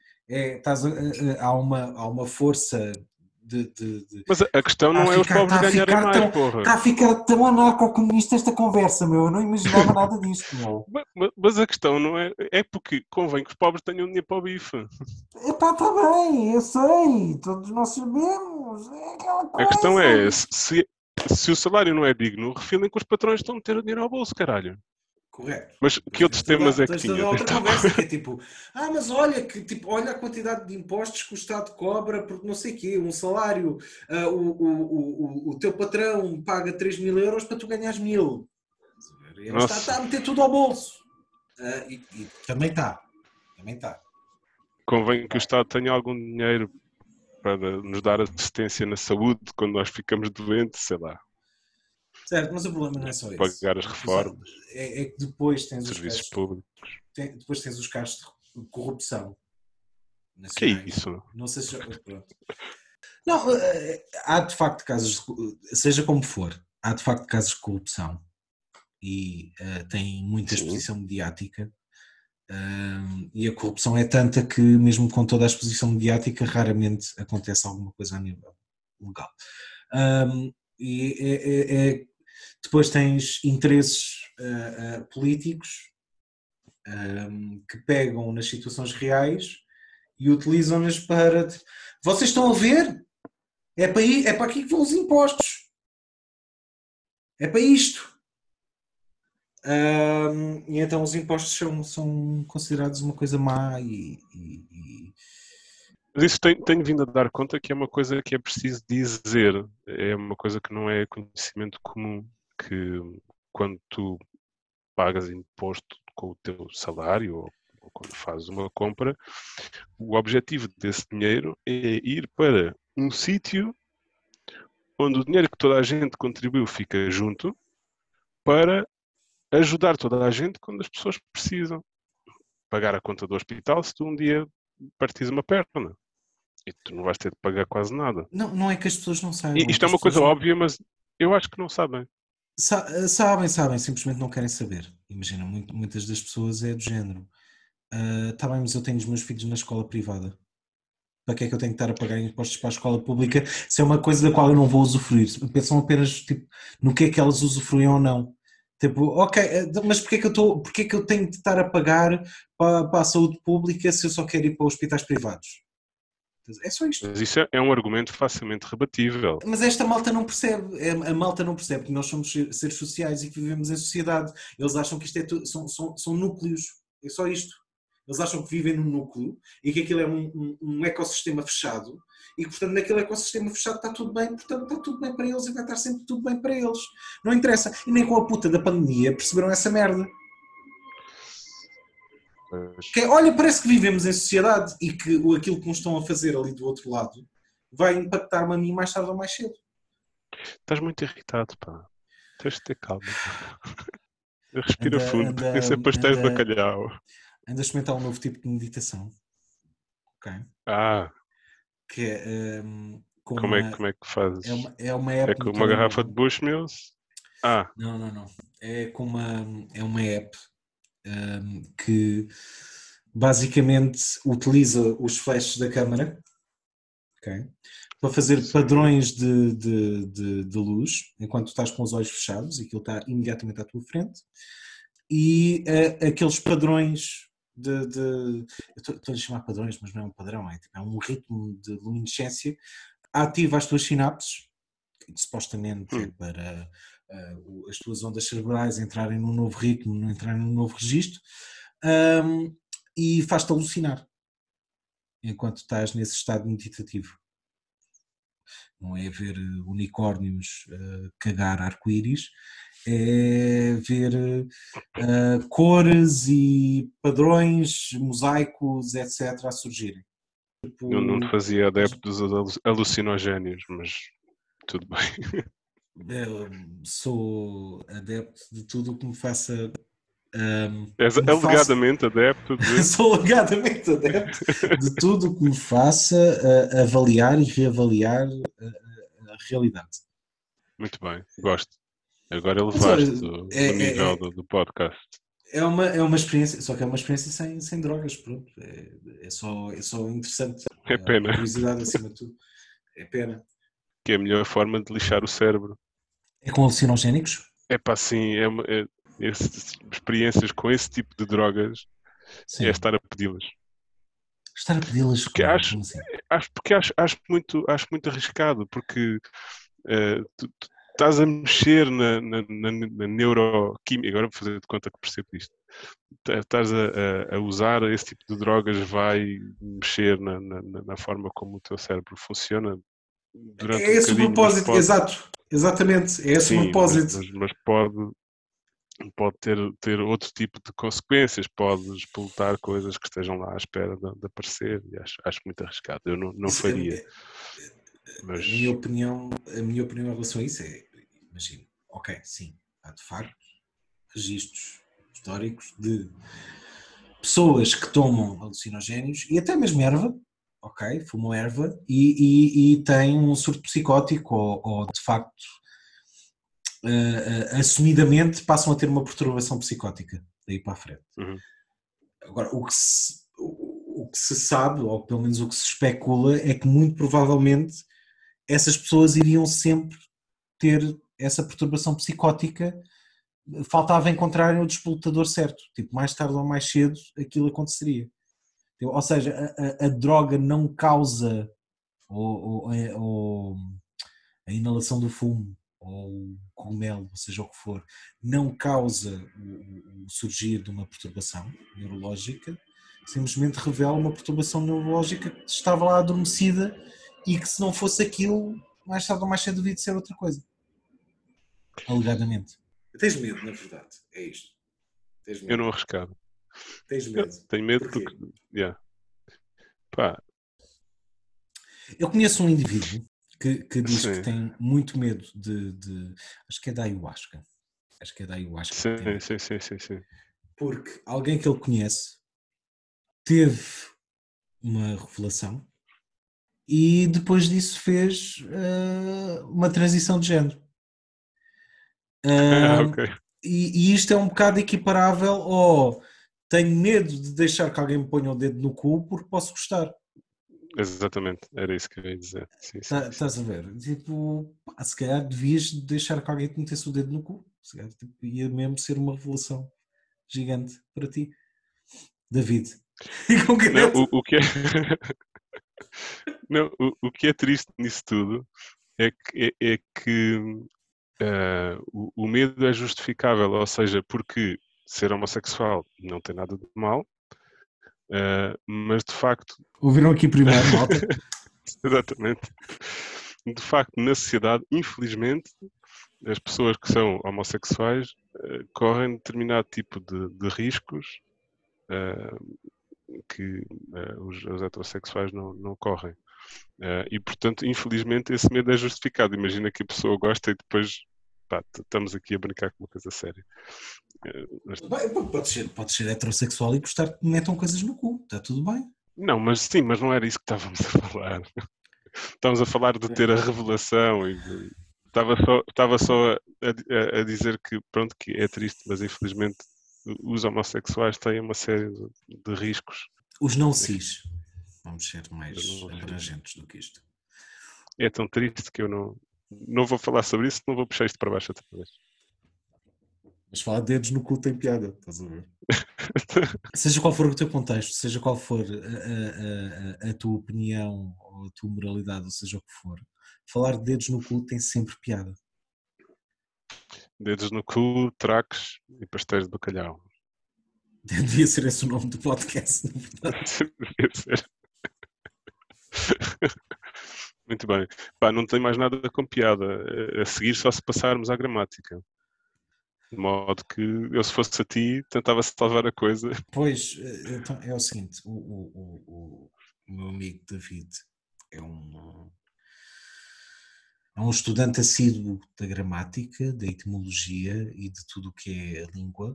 Há uma força de... Mas a questão não é os pobres ganharem mais, porra. Está a ficar tão anarco-comunista esta conversa, meu. Eu não imaginava nada disto, meu. Mas a questão não é... É porque convém que os pobres tenham dinheiro para o bife. Epá, está bem, eu sei. Todos nós sabemos. É aquela coisa. A questão é, se o salário não é digno, refilem que os patrões estão a meter o dinheiro ao bolso, caralho. Correto. Mas que outros temas é que tinha? Toda outra conversa que é tipo, mas olha olha a quantidade de impostos que o Estado cobra porque não sei o quê, um salário, o teu patrão paga 3.000 euros para tu ganhares 1.000. Ele está a meter tudo ao bolso. E também está. Convém que o Estado tenha algum dinheiro para nos dar assistência na saúde quando nós ficamos doentes, sei lá. Certo, mas o problema não é só esse. Pagar as reformas. É que depois tens serviços públicos. Depois tens os casos de corrupção nacionais. Que é isso? Não sei se... Pronto. Não, há de facto casos, seja como for, há de facto casos de corrupção e tem muita exposição mediática e a corrupção é tanta que mesmo com toda a exposição mediática raramente acontece alguma coisa a nível legal. Depois tens interesses políticos que pegam nas situações reais e utilizam-nas para... Vocês estão a ver? É para aqui que vão os impostos. É para isto. E então os impostos são considerados uma coisa má Mas isso tenho vindo a dar conta que é uma coisa que é preciso dizer. É uma coisa que não é conhecimento comum, que quando tu pagas imposto com o teu salário ou quando fazes uma compra, o objetivo desse dinheiro é ir para um sítio onde o dinheiro que toda a gente contribuiu fica junto para ajudar toda a gente quando as pessoas precisam. Pagar a conta do hospital se tu um dia partires uma perna. E tu não vais ter de pagar quase nada. Não é que as pessoas não saibam. Isto é uma coisa óbvia, mas eu acho que não sabem. Sabem, simplesmente não querem saber. Imagina, muitas das pessoas é do género. Está bem, mas eu tenho os meus filhos na escola privada. Para que é que eu tenho que estar a pagar impostos para a escola pública se é uma coisa da qual eu não vou usufruir? Pensam apenas tipo, no que é que elas usufruem ou não. Tipo, ok, mas porquê é que eu tenho de estar a pagar para a saúde pública se eu só quero ir para hospitais privados? É só isto. Mas isso é um argumento facilmente rebatível. Mas esta malta não percebe. A malta não percebe que nós somos seres sociais e que vivemos em sociedade. Eles acham que isto são núcleos. É só isto. Eles acham que vivem num núcleo e que aquilo é um ecossistema fechado e que, portanto, naquele ecossistema fechado está tudo bem, portanto, está tudo bem para eles e vai estar sempre tudo bem para eles. Não interessa. E nem com a puta da pandemia perceberam essa merda. Que, olha, parece que vivemos em sociedade e que aquilo que nos estão a fazer ali do outro lado vai impactar-me a mim mais tarde ou mais cedo. Estás muito irritado, pá. Tens de ter calma. Respira fundo. Esse é pastéis de bacalhau. Anda a experimentar um novo tipo de meditação. Ok? Que é... como é que fazes? É uma app. É com uma garrafa de Bushmills? Não. É uma app que basicamente utiliza os flashes da câmara, okay, para fazer padrões de luz enquanto estás com os olhos fechados e aquilo está imediatamente à tua frente, e aqueles padrões eu estou a chamar padrões, mas não é um padrão, é um ritmo de luminescência, ativa as tuas sinapses, que supostamente é para as tuas ondas cerebrais entrarem num novo ritmo, entrarem num novo registro, e faz-te alucinar enquanto estás nesse estado meditativo. Não é ver unicórnios cagar arco-íris, é ver cores e padrões, mosaicos, etc. a surgirem. Eu não fazia adepto dos alucinogénios, mas tudo bem. Eu sou adepto de tudo o que me faça... És alegadamente adepto de... Sou alegadamente adepto de tudo o que me faça avaliar e reavaliar a realidade. Muito bem, gosto. Agora elevaste o nível do podcast. É uma experiência, só que é uma experiência sem drogas, pronto. É só interessante. É pena. Uma curiosidade acima de tudo. É pena. Que é a melhor forma de lixar o cérebro. É com alucinogénicos? É pá, sim, experiências com esse tipo de drogas, sim, é estar a pedi-las. Estar a pedi-las? Porque acho muito arriscado, porque tu estás a mexer na neuroquímica, agora vou fazer de conta que percebo isto. Estás a usar esse tipo de drogas, vai mexer na forma como o teu cérebro funciona durante é esse o propósito, exatamente, é esse o propósito. Mas pode ter outro tipo de consequências, podes explotar coisas que estejam lá à espera de aparecer, e acho muito arriscado, eu não faria. Mas... A minha opinião em relação a isso é, imagino, ok, sim, há de facto registros históricos de pessoas que tomam alucinogénios e até mesmo erva, ok, fumam erva e têm um surto psicótico ou de facto assumidamente passam a ter uma perturbação psicótica daí para a frente. Uhum. Agora, o que se sabe, ou pelo menos o que se especula, é que muito provavelmente essas pessoas iriam sempre ter essa perturbação psicótica, faltava encontrarem o despolutador certo, tipo, mais tarde ou mais cedo aquilo aconteceria. Ou seja, a droga não causa, ou a inalação do fumo, ou o cogumelo, ou seja o que for, não causa o surgir de uma perturbação neurológica, simplesmente revela uma perturbação neurológica que estava lá adormecida e que, se não fosse aquilo, mais tarde ou mais cedo devia de ser outra coisa. Alegadamente. Tens medo, na verdade, é isto. Tens medo. Eu não arriscava. Tens medo. Tenho medo porque... Yeah. Pá. Eu conheço um indivíduo que diz que tem muito medo de... Acho que é da ayahuasca. Sim. Porque alguém que ele conhece teve uma revelação e depois disso fez uma transição de género. Okay. E isto é um bocado equiparável ao tenho medo de deixar que alguém me ponha o dedo no cu porque posso gostar. Exatamente, era isso que eu ia dizer. Sim. Estás a ver? Tipo, se calhar devias deixar que alguém te metesse o dedo no cu. Se calhar ia mesmo ser uma revelação gigante para ti. David. Não, o que é... Não, o que é triste nisso tudo é que o medo é justificável, ou seja, porque ser homossexual não tem nada de mal, mas de facto, Ouviram aqui primeiro, malta? exatamente, de facto, na sociedade, infelizmente, as pessoas que são homossexuais correm determinado tipo de riscos que os heterossexuais não correm. E, portanto, infelizmente, esse medo é justificado. Imagina que a pessoa gosta e depois estamos aqui a brincar com uma coisa séria. Pode ser heterossexual e gostar que metam coisas no cu, está tudo bem. Não, mas sim, mas não era isso que estávamos a falar. Estávamos a falar de ter a revelação e estava só a dizer que, pronto, que é triste, mas infelizmente os homossexuais têm uma série de riscos. Os não cis, vamos ser mais abrangentes do que isto. É tão triste que eu não vou falar sobre isso, não vou puxar isto para baixo outra vez. Mas falar de dedos no cu tem piada, estás a ver? Seja qual for o teu contexto, seja qual for a tua opinião ou a tua moralidade, ou seja o que for, falar de dedos no cu tem sempre piada. Dedos no cu, tracos e pastéis de bacalhau. Devia ser esse o nome do podcast, na verdade. Devia ser. Muito bem. Não tem mais nada com piada. A seguir só se passarmos à gramática. De modo que eu, se fosse a ti, tentava salvar a coisa. Pois, então é o seguinte, o meu amigo David é um estudante assíduo da gramática, da etimologia e de tudo o que é a língua.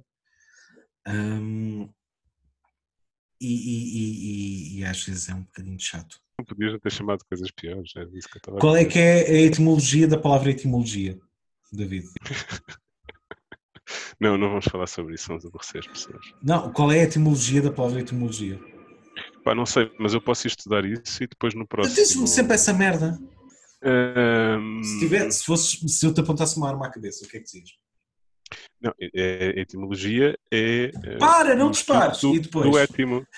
E às vezes é um bocadinho chato. Não podias ter chamado coisas piores. É isso que eu estava a Qual é dizer. que é a etimologia da palavra etimologia, David? Não vamos falar sobre isso, vamos aborrecer as pessoas. Não, qual é a etimologia da palavra etimologia? Não sei, mas eu posso estudar isso e depois no próximo... Diz-me sempre essa merda. Se eu te apontasse uma arma à cabeça, o que é que dizias? Não, a etimologia é... Para, não dispares! E depois? Do étimo.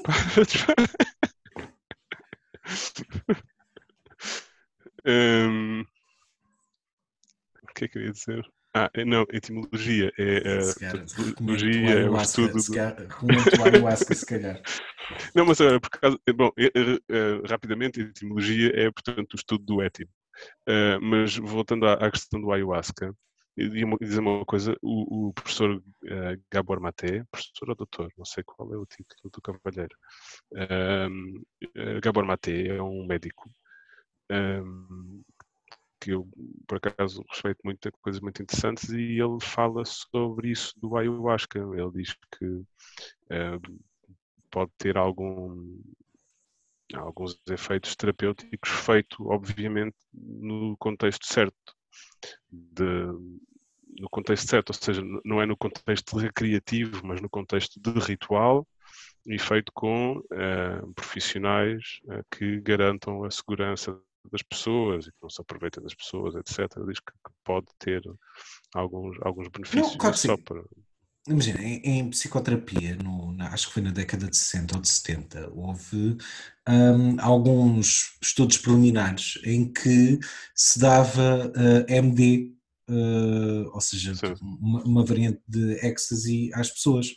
O que é que eu ia dizer? Não, etimologia é o estudo recomendo a ayahuasca, se calhar. Não, mas por acaso, bom, rapidamente, a etimologia é, portanto, o estudo do étimo. Mas voltando à questão do ayahuasca, eu dizer uma coisa, o professor Gabor Maté, professor ou doutor, não sei qual é o título do cavalheiro, Gabor Maté é um médico que eu, por acaso, respeito muito, tem coisas muito interessantes, e ele fala sobre isso do ayahuasca. Ele diz que pode ter alguns efeitos terapêuticos, feito, obviamente, no contexto certo. No contexto certo, ou seja, não é no contexto recreativo, mas no contexto de ritual, e feito com profissionais que garantam a segurança das pessoas e que não se aproveitem das pessoas, etc. Diz que pode ter alguns benefícios. Não, claro que sim. Só para... Imagina, em psicoterapia, acho que foi na década de 60 ou de 70, houve alguns estudos preliminares em que se dava MD, ou seja, uma variante de ecstasy às pessoas,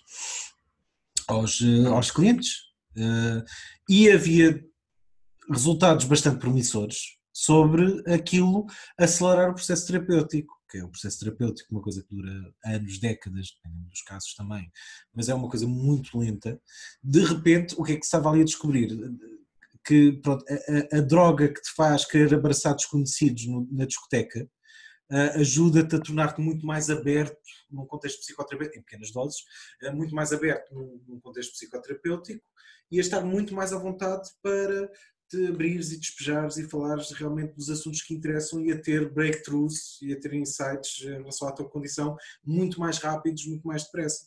aos clientes. E havia resultados bastante promissores sobre aquilo acelerar o processo terapêutico, que é um processo terapêutico, uma coisa que dura anos, décadas, dependendo dos casos também, mas é uma coisa muito lenta. De repente, o que é que se estava ali a descobrir? Que pronto, a droga que te faz querer abraçar desconhecidos na discoteca ajuda-te a tornar-te muito mais aberto num contexto psicoterapêutico, em pequenas doses, muito mais aberto num contexto psicoterapêutico e a estar muito mais à vontade para te abrires e despejares e falares realmente dos assuntos que interessam e a ter breakthroughs e a ter insights em relação à tua condição muito mais rápidos, muito mais depressa.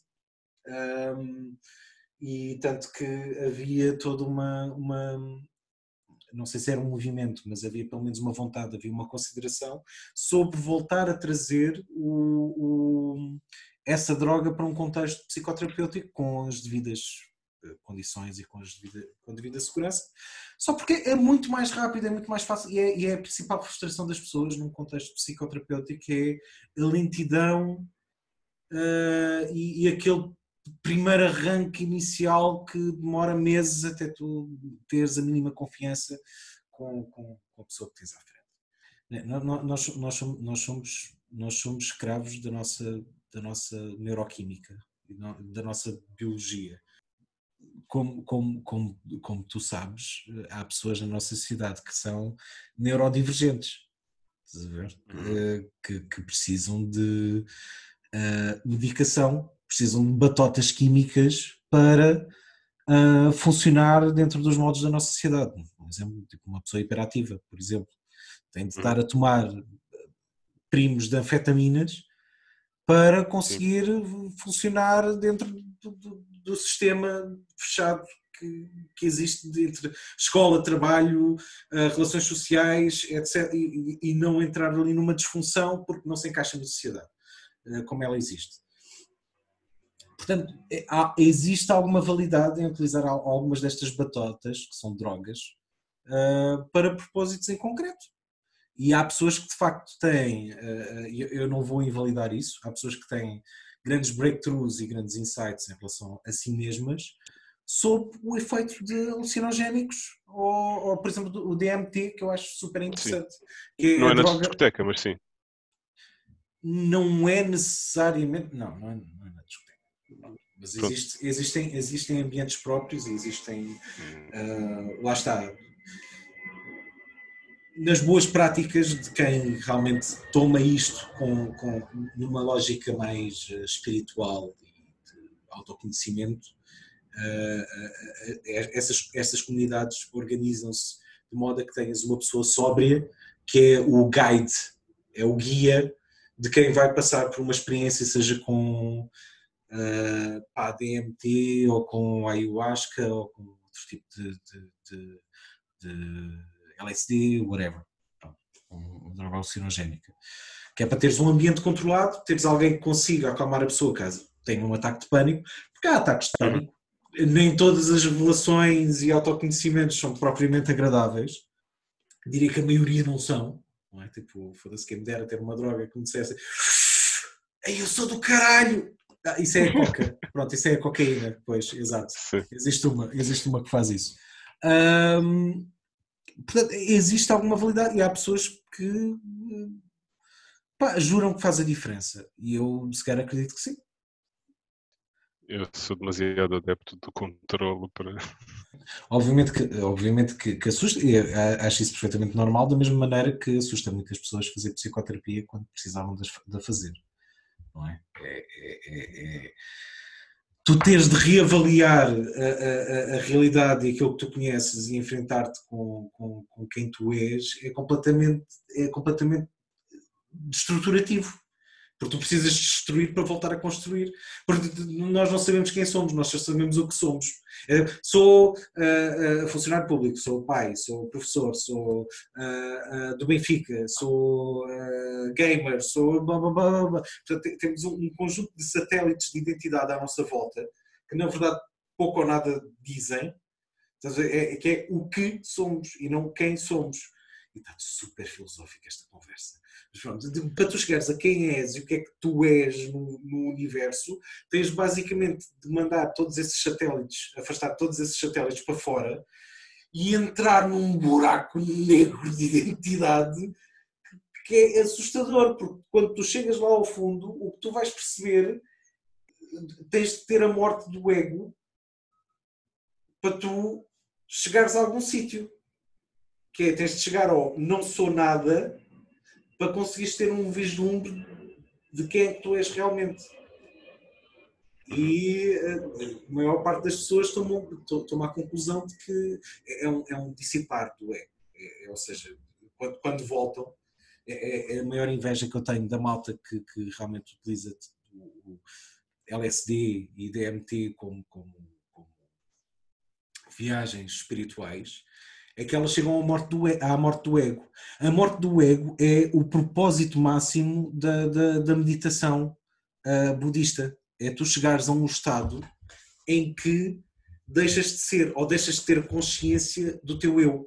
E tanto que havia toda uma não sei se era um movimento, mas havia pelo menos uma vontade, havia uma consideração sobre voltar a trazer essa droga para um contexto psicoterapêutico com as devidas condições e com a devida segurança, só porque é muito mais rápido, é muito mais fácil e é a principal frustração das pessoas num contexto psicoterapêutico, é a lentidão e aquele primeiro arranque inicial que demora meses até tu teres a mínima confiança com a pessoa que tens à frente. Nós somos escravos da nossa neuroquímica, da nossa biologia. Como tu sabes, há pessoas na nossa sociedade que são neurodivergentes, estás a ver? Que precisam de medicação, precisam de batotas químicas para funcionar dentro dos moldes da nossa sociedade. Por exemplo, tipo uma pessoa hiperativa, por exemplo, tem de estar a tomar primos de anfetaminas para conseguir funcionar dentro do sistema fechado que existe entre escola, trabalho, relações sociais, etc. E não entrar ali numa disfunção porque não se encaixa na sociedade como ela existe. Portanto, existe alguma validade em utilizar algumas destas batotas, que são drogas, para propósitos em concreto. E há pessoas que de facto têm, eu não vou invalidar isso, há pessoas que têm grandes breakthroughs e grandes insights em relação a si mesmas sob o efeito de alucinogénicos ou por exemplo, o DMT, que eu acho super interessante. Que não é na discoteca, mas sim. Não é necessariamente, não é na discoteca. Mas existem ambientes próprios e existem, lá está, nas boas práticas de quem realmente toma isto numa lógica mais espiritual e de autoconhecimento, essas comunidades organizam-se de modo a que tenhas uma pessoa sóbria que é o guide, é o guia de quem vai passar por uma experiência, seja com DMT ou com ayahuasca ou com outro tipo de LSD, whatever, uma droga alucinogénica, que é para teres um ambiente controlado, teres alguém que consiga acalmar a pessoa caso tenha um ataque de pânico, porque há ataques de pânico, nem todas as revelações e autoconhecimentos são propriamente agradáveis, diria que a maioria não são, não é? Tipo, foda-se quem me dera ter uma droga que me dissesse eu sou do caralho! Isso é a coca, pronto, isso é a cocaína, pois, exato, existe uma que faz isso. Portanto, existe alguma validade e há pessoas que juram que faz a diferença e eu sequer acredito que sim. Eu sou demasiado adepto do controlo para... Obviamente que assusta, e acho isso perfeitamente normal, da mesma maneira que assusta muitas pessoas fazer psicoterapia quando precisavam de a fazer, não é? Tu teres de reavaliar a realidade e aquilo que tu conheces e enfrentar-te com quem tu és é completamente destruturativo, porque tu precisas destruir para voltar a construir, porque nós não sabemos quem somos, nós só sabemos o que somos. Sou funcionário público, sou pai, sou professor, sou do Benfica, sou gamer, sou blá blá blá blá. Portanto, temos um conjunto de satélites de identidade à nossa volta que na verdade pouco ou nada dizem, que é o que somos e não quem somos. E está super filosófica esta conversa. Mas pronto, para tu chegares a quem és e o que é que tu és no universo, tens basicamente de mandar todos esses satélites, afastar todos esses satélites para fora e entrar num buraco negro de identidade que é assustador, porque quando tu chegas lá ao fundo, o que tu vais perceber, tens de ter a morte do ego para tu chegares a algum sítio. Que é, tens de chegar ao não sou nada para conseguires ter um vislumbre de quem é que tu és realmente. E a maior parte das pessoas toma a conclusão de que é um dissipar do ego. Ou seja, quando voltam, é a maior inveja que eu tenho da malta que realmente utiliza o LSD e DMT como viagens espirituais, é que elas chegam à morte do ego. A morte do ego é o propósito máximo da meditação budista. É tu chegares a um estado em que deixas de ser ou deixas de ter consciência do teu eu.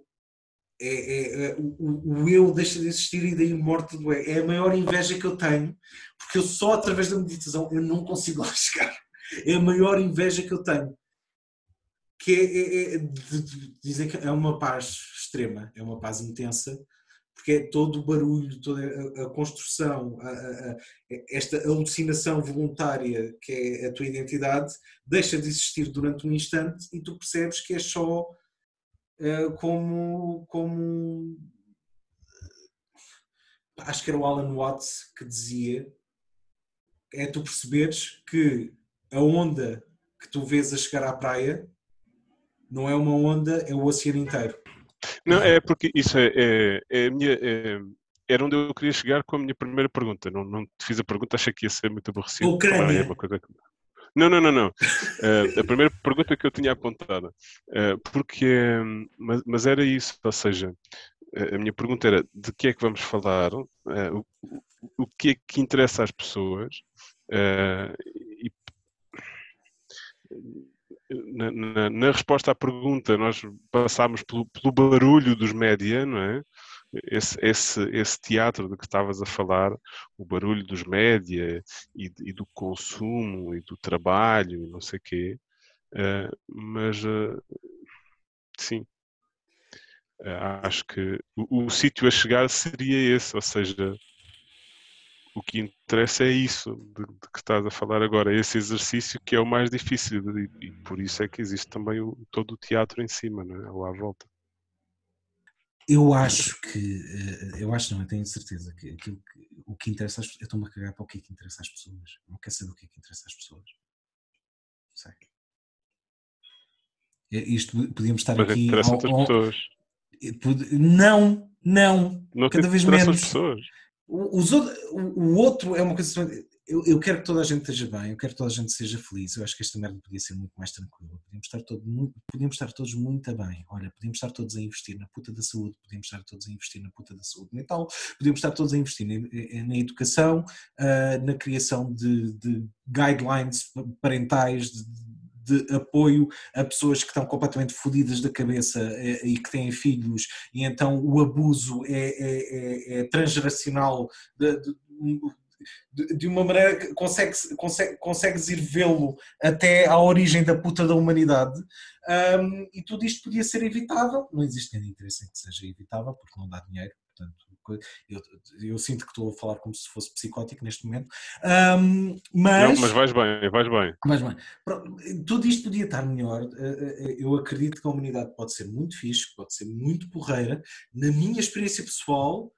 O eu deixa de existir e daí morte do é. É a maior inveja que eu tenho, porque eu só através da meditação eu não consigo lá chegar. É a maior inveja que eu tenho. Que dizem que é uma paz extrema, é uma paz intensa, porque é todo o barulho, toda a construção, esta alucinação voluntária que é a tua identidade, deixa de existir durante um instante e tu percebes que é só como acho que era o Alan Watts que dizia, é tu perceberes que a onda que tu vês a chegar à praia não é uma onda, é o oceano inteiro. Não, é porque isso a minha... era onde eu queria chegar com a minha primeira pergunta. Não te fiz a pergunta, achei que ia ser muito aborrecido. Ucrânia. É uma coisa que... Não. A primeira pergunta que eu tinha apontada. Porque... Mas era isso, ou seja, a minha pergunta era de que é que vamos falar, o que é que interessa às pessoas, e na resposta à pergunta nós passámos pelo barulho dos média, não é? Esse teatro de que estavas a falar, o barulho dos média e do consumo e do trabalho e não sei o quê, mas sim, acho que o sítio a chegar seria esse, ou seja, o que interessa é isso de que estás a falar agora, esse exercício que é o mais difícil e por isso é que existe também todo o teatro em cima, não é? Ou à volta. Eu acho não, eu tenho certeza que o que interessa às pessoas, eu estou-me a cagar para o que é que interessa às pessoas, não quero saber o que é que interessa às pessoas, não sei. Isto podíamos estar Mas aqui interessa outras pessoas. Não, Não te cada vez interessam menos. as pessoas. O outro é uma coisa. Eu quero que toda a gente esteja bem, eu quero que toda a gente seja feliz. Eu acho que esta merda podia ser muito mais tranquila. Podíamos estar todos muito bem. Olha, podíamos estar todos a investir na puta da saúde, podíamos estar todos a investir na puta da saúde mental, podíamos estar todos a investir na educação, na criação de guidelines parentais, de apoio a pessoas que estão completamente fodidas da cabeça e que têm filhos, e então o abuso é transgeracional de uma maneira que consegues ir vê-lo até à origem da puta da humanidade, e tudo isto podia ser evitável. Não existe nenhum interesse em que seja evitável porque não dá dinheiro. Portanto, eu sinto que estou a falar como se fosse psicótico neste momento, mas... Não, mas vais bem. Mas, tudo isto podia estar melhor. Eu acredito que a humanidade pode ser muito fixe, pode ser muito porreira. Na minha experiência pessoal,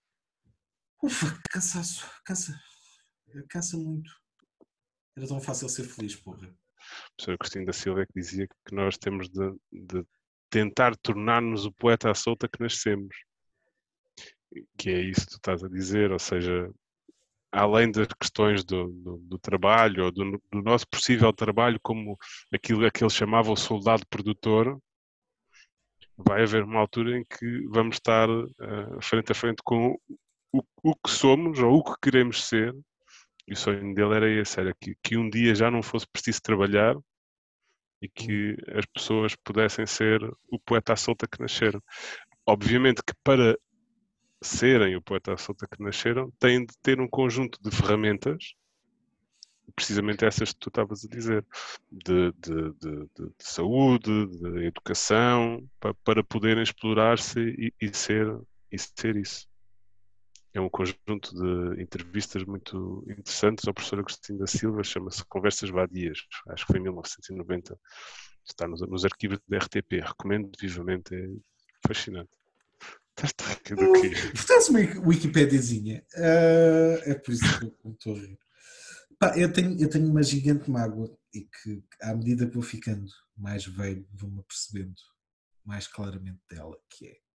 cansaço, cansa muito. Era tão fácil ser feliz, porra. A professora Cristina da Silva é que dizia que nós temos de tentar tornar-nos o poeta à solta que nascemos. Que é isso que tu estás a dizer, ou seja, além das questões do trabalho, ou do nosso possível trabalho, como aquilo que ele chamava o soldado produtor, vai haver uma altura em que vamos estar frente a frente com o que somos ou o que queremos ser. E o sonho dele era esse, era que um dia já não fosse preciso trabalhar e que as pessoas pudessem ser o poeta à solta que nasceram. Obviamente que para serem o poeta à solta que nasceram, têm de ter um conjunto de ferramentas, precisamente essas que tu estavas a dizer, de saúde, de educação, para poderem explorar-se e ser isso. É um conjunto de entrevistas muito interessantes ao professor Agostinho da Silva, chama-se Conversas Vadias, acho que foi em 1990, está nos arquivos da RTP, recomendo vivamente, é fascinante. Portanto, uma Wikipédiazinha. É por isso que eu estou a rir. Eu tenho uma gigante mágoa e que, à medida que vou ficando mais velho, vou-me apercebendo mais claramente dela, que é: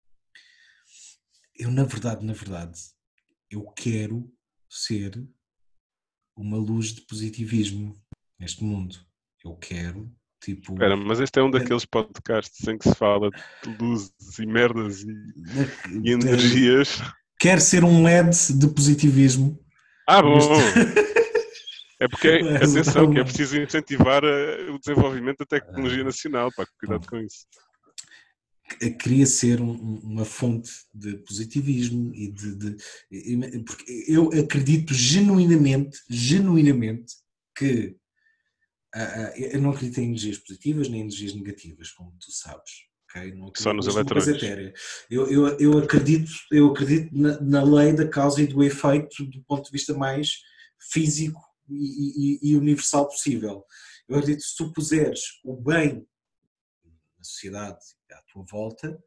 eu, na verdade, eu quero ser uma luz de positivismo neste mundo. Eu quero, tipo... Espera, mas este é um daqueles podcasts em que se fala de luzes e merdas e energias. Quero ser um LED de positivismo. Bom! É porque, atenção, que é preciso incentivar o desenvolvimento da tecnologia nacional, pá, cuidado com isso. Queria ser uma fonte de positivismo porque eu acredito genuinamente que eu não acredito em energias positivas nem energias negativas, como tu sabes. Okay? Não Só nos acredito coisa eletrões. etérea. Eu acredito na lei da causa e do efeito do ponto de vista mais físico e universal possível. Eu acredito que se tu puseres o bem na sociedade à tua volta,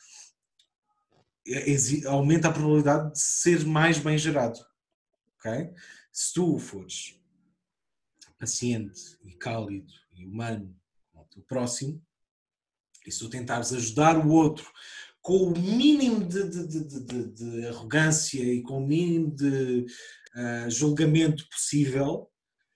aumenta a probabilidade de ser mais bem gerado. Okay? Se tu fores paciente e cálido e humano com o teu próximo, e se tu tentares ajudar o outro com o mínimo de arrogância e com o mínimo de julgamento possível,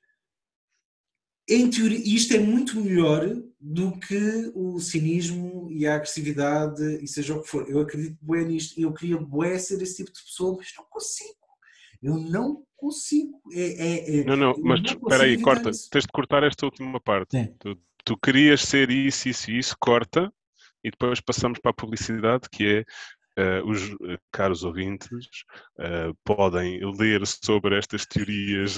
em teoria, isto é muito melhor do que o cinismo e a agressividade e seja o que for. Eu acredito bué nisto e eu queria bué ser esse tipo de pessoa, mas não consigo. Eu não consigo. Não, Eu mas não espera consigo aí, evitar corta. isso. Tens de cortar esta última parte. Sim. Tu querias ser isso, corta, e depois passamos para a publicidade, que é os caros ouvintes podem ler sobre estas teorias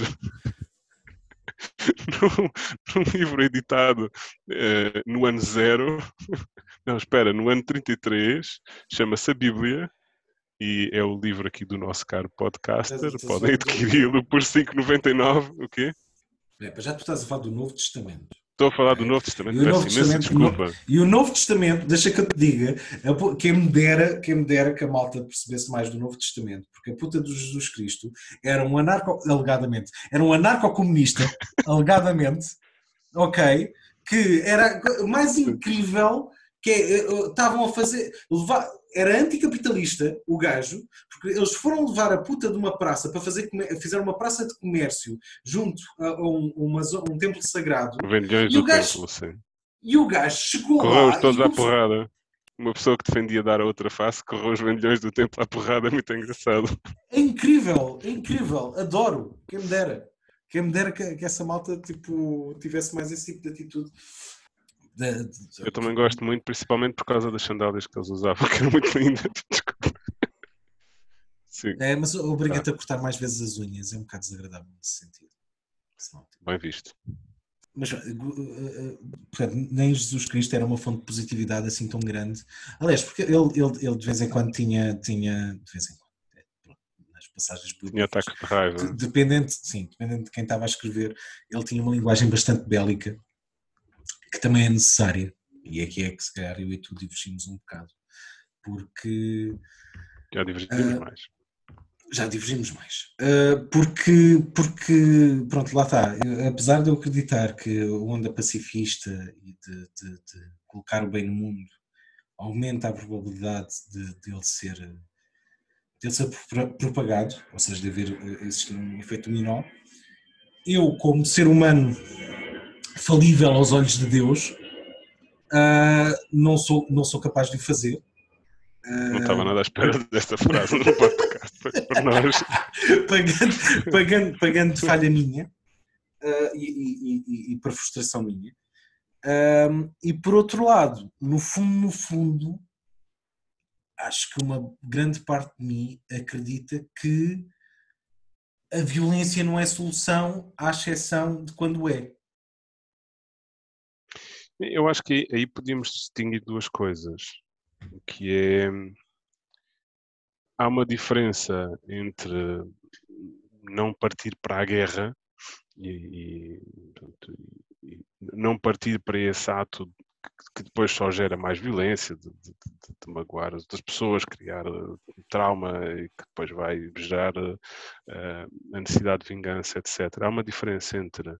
num livro editado no ano 0, não, espera, no ano 33, chama-se A Bíblia, e é o livro aqui do nosso caro podcaster, podem adquiri-lo por 5,99, o quê? Já tu estás a falar do Novo Testamento. Estou a falar do Okay? Novo Testamento, E o Novo peço imensa Testamento, desculpa. e o Novo Testamento, deixa que eu te diga, quem me dera que a malta percebesse mais do Novo Testamento, porque a puta do Jesus Cristo era um alegadamente, era um anarco-comunista, alegadamente, ok, que era mais incrível que estavam a fazer, era anticapitalista o gajo, porque eles foram levar a puta de uma praça para fizeram uma praça de comércio junto a um templo sagrado, Vendilhões e do o gajo, templo, sim. e o gajo chegou Correu-os lá e todos à começou, porrada. Uma pessoa que defendia dar a outra face, correu os vendilhões do templo à porrada, é muito engraçado. é incrível, adoro, quem me dera que essa malta tipo, tivesse mais esse tipo de atitude. Eu também gosto muito, principalmente por causa das sandálias que eles usavam, que eram muito lindas. Desculpa. Sim. Mas obriga-te a cortar mais vezes as unhas, é um bocado desagradável nesse sentido. Senão, bem visto. Mas portanto, nem Jesus Cristo era uma fonte de positividade assim tão grande. Aliás, porque ele de vez em quando tinha de vez em quando, nas passagens Tinha bíblicas, ataques de raiva. dependente de quem estava a escrever, ele tinha uma linguagem bastante bélica, que também é necessária. E aqui é que se calhar eu e tu divergimos um bocado. Porque Já divergimos mais. já divergimos mais. Porque, pronto, lá está. Apesar de eu acreditar que a onda pacifista e de colocar o bem no mundo aumenta a probabilidade de ele ser propagado, ou seja, de haver existir um efeito dominó, eu, como ser humano falível aos olhos de Deus, não sou capaz de o fazer. Não estava nada à espera desta frase no podcast, por nós. pagando de falha minha e por frustração minha. E por outro lado, no fundo, acho que uma grande parte de mim acredita que a violência não é solução, à exceção de quando é. Eu acho que aí podíamos distinguir duas coisas, que é, há uma diferença entre não partir para a guerra e não partir para esse ato que depois só gera mais violência, de magoar as outras pessoas, criar trauma e que depois vai gerar a necessidade de vingança, etc. Há uma diferença entre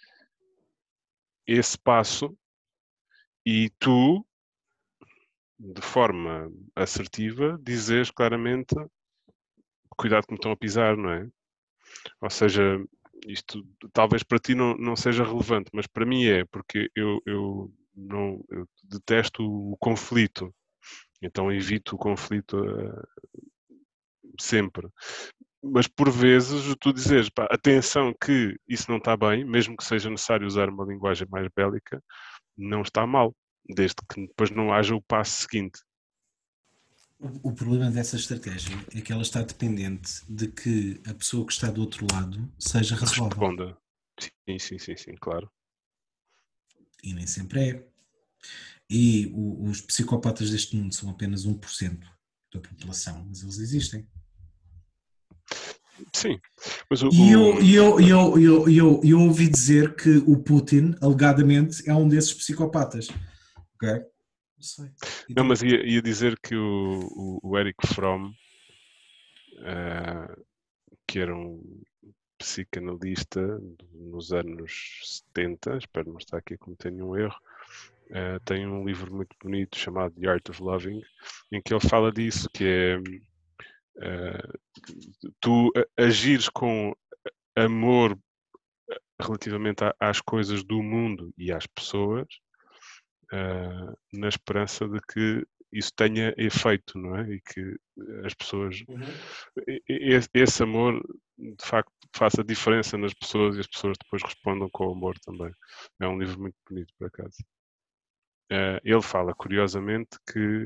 esse passo e tu, de forma assertiva, dizeres claramente cuidado que me estão a pisar, não é? Ou seja, isto talvez para ti não seja relevante, mas para mim é, porque eu detesto o conflito, então evito o conflito sempre. Mas por vezes tu dizes, pá, atenção que isso não está bem, mesmo que seja necessário usar uma linguagem mais bélica, não está mal, desde que depois não haja o passo seguinte. O problema dessa estratégia é que ela está dependente de que a pessoa que está do outro lado seja razoável. Responda. Sim, claro. E nem sempre é. E os psicopatas deste mundo são apenas 1% da população, mas eles existem. Sim. Mas eu ouvi dizer que o Putin, alegadamente, é um desses psicopatas. Ok? Não sei. Não, mas ia dizer que o Erich Fromm, que era um psicanalista nos anos 70, espero não estar aqui a cometer nenhum erro, tem um livro muito bonito chamado The Art of Loving, em que ele fala disso, que é tu agires com amor relativamente às coisas do mundo e às pessoas, na esperança de que isso tenha efeito, não é? E que as pessoas, esse amor, de facto, faça diferença nas pessoas e as pessoas depois respondam com o amor também. É um livro muito bonito, por acaso. Ele fala, curiosamente, que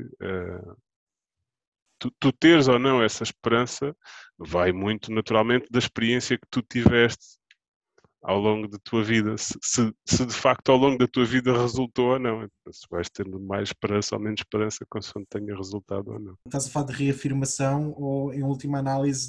tu teres ou não essa esperança vai muito naturalmente da experiência que tu tiveste ao longo da tua vida, se de facto ao longo da tua vida resultou ou não. Se vais tendo mais esperança ou menos esperança consoante tenha resultado ou não. Estás a falar de reafirmação ou, em última análise,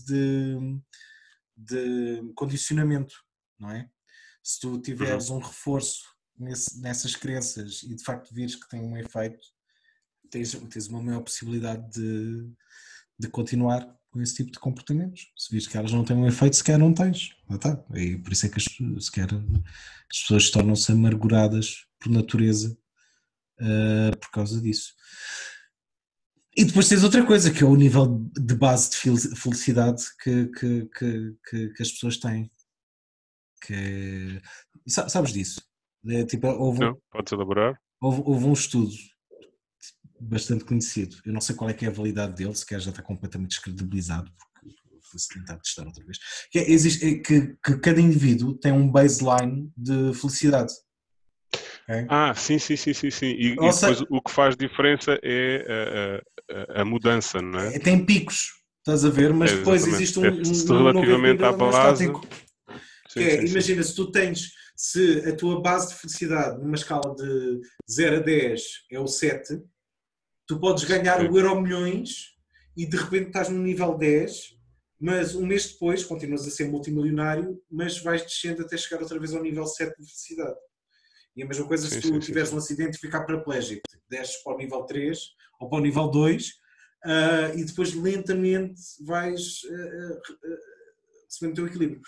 de condicionamento, não é? Se tu tiveres um reforço nessas crenças e de facto vires que tem um efeito, tens uma maior possibilidade de continuar com esse tipo de comportamentos. Se vires que elas não têm um efeito, sequer não tens. Tá. E por isso é que as pessoas tornam-se amarguradas por natureza por causa disso. E depois tens outra coisa, que é o nível de base de felicidade que as pessoas têm. Que, sabes disso? Tipo, Não? Podes elaborar? Houve um estudo bastante conhecido. Eu não sei qual é que é a validade dele, sequer já está completamente descredibilizado, porque foi-se tentar testar outra vez. Que cada indivíduo tem um baseline de felicidade. Okay? Sim. E depois o que faz diferença é a mudança, não é? Tem picos, estás a ver, mas depois existe relativamente à base. Imagina, se a tua base de felicidade numa escala de 0 a 10 é o 7, tu podes ganhar o Euromilhões e de repente estás no nível 10, mas um mês depois continuas a ser multimilionário, mas vais descendo até chegar outra vez ao nível 7 de felicidade. E a mesma coisa se tu tiveres um acidente e ficar paraplégico, desces para o nível 3 ou para o nível 2 e depois lentamente vais recebendo o teu equilíbrio.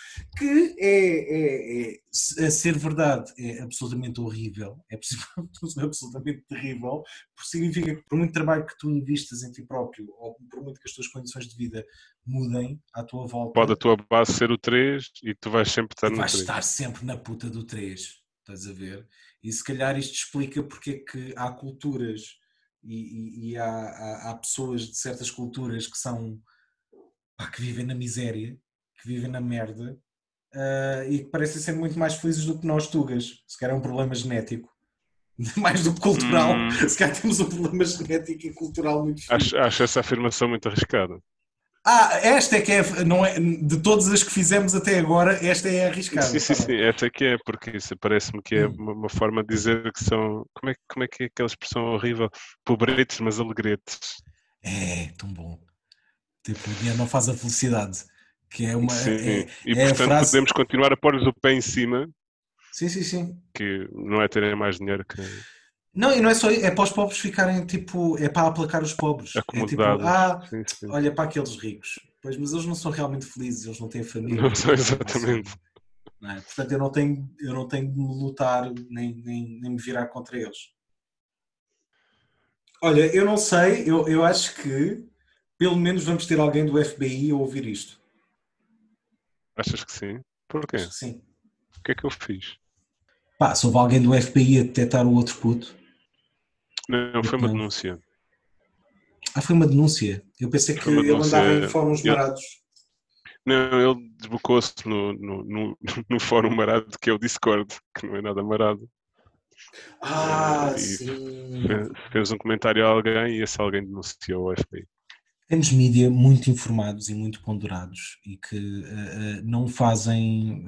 Que a ser verdade, é absolutamente horrível, é absolutamente terrível, porque significa que por muito trabalho que tu investas em ti próprio, ou por muito que as tuas condições de vida mudem à tua volta... Pode a tua base ser o 3 e tu vais sempre estar no 3. Vais estar sempre na puta do 3. Estás a ver? E se calhar isto explica porque é que há culturas e há pessoas de certas culturas que são que vivem na miséria, que vivem na merda e que parecem ser muito mais felizes do que nós tugas. Se calhar é um problema genético mais do que cultural. Se calhar temos um problema genético e cultural muito forte. Acho essa afirmação muito arriscada. Esta é que é, não é, de todas as que fizemos até agora, esta é arriscada. Sim, esta é que é, porque isso parece-me que é uma forma de dizer que são, como é que é aquela expressão horrível? Pobretes, mas alegretes. É, tão bom. Tipo, o dinheiro não faz a felicidade. Que é uma. Sim, e portanto frase... podemos continuar a pôr-lhes o pé em cima. Sim. Que não é terem mais dinheiro que... Não, e não é só isso, é para os pobres ficarem tipo, é para aplacar os pobres. Acomodados. É tipo, olha para aqueles ricos. Pois, mas eles não são realmente felizes, eles não têm família. Não são exatamente. Não é? Portanto, eu não tenho de me lutar nem me virar contra eles. Olha, eu não sei, eu acho que pelo menos vamos ter alguém do FBI a ouvir isto. Achas que sim? Porquê? Acho que sim. O que é que eu fiz? Se houve alguém do FBI a detectar o outro puto. Não, foi uma denúncia. Foi uma denúncia. Eu pensei que ele andava em fóruns marados. Não, ele desbocou-se no fórum marado, que é o Discord, que não é nada marado. E Sim. fez um comentário a alguém e esse alguém denunciou o FBI. Temos mídia muito informados e muito ponderados e que não fazem,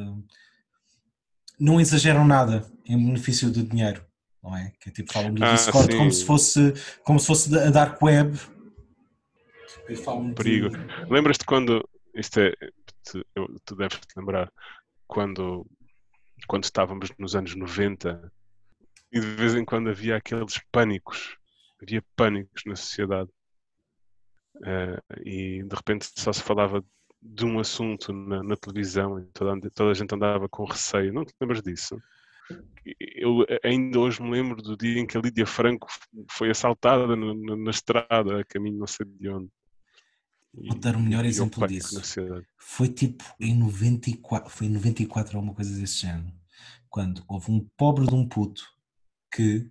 não exageram nada em benefício do dinheiro, não é? Que é tipo, falam do Discord Sim, como se fosse a Dark Web. E falam perigo. de... Lembras-te quando, isto é, tu deves te lembrar, quando estávamos nos anos 90 e de vez em quando havia aqueles pânicos, havia pânicos na sociedade. E de repente só se falava de um assunto na televisão e toda a gente andava com receio. Não te lembras disso? Eu ainda hoje me lembro do dia em que a Lídia Franco foi assaltada na estrada, a caminho não sei de onde. Vou dar o melhor E o exemplo pânico na disso. sociedade. Foi tipo em 94, foi em 94 ou uma coisa desse género, quando houve um pobre de um puto que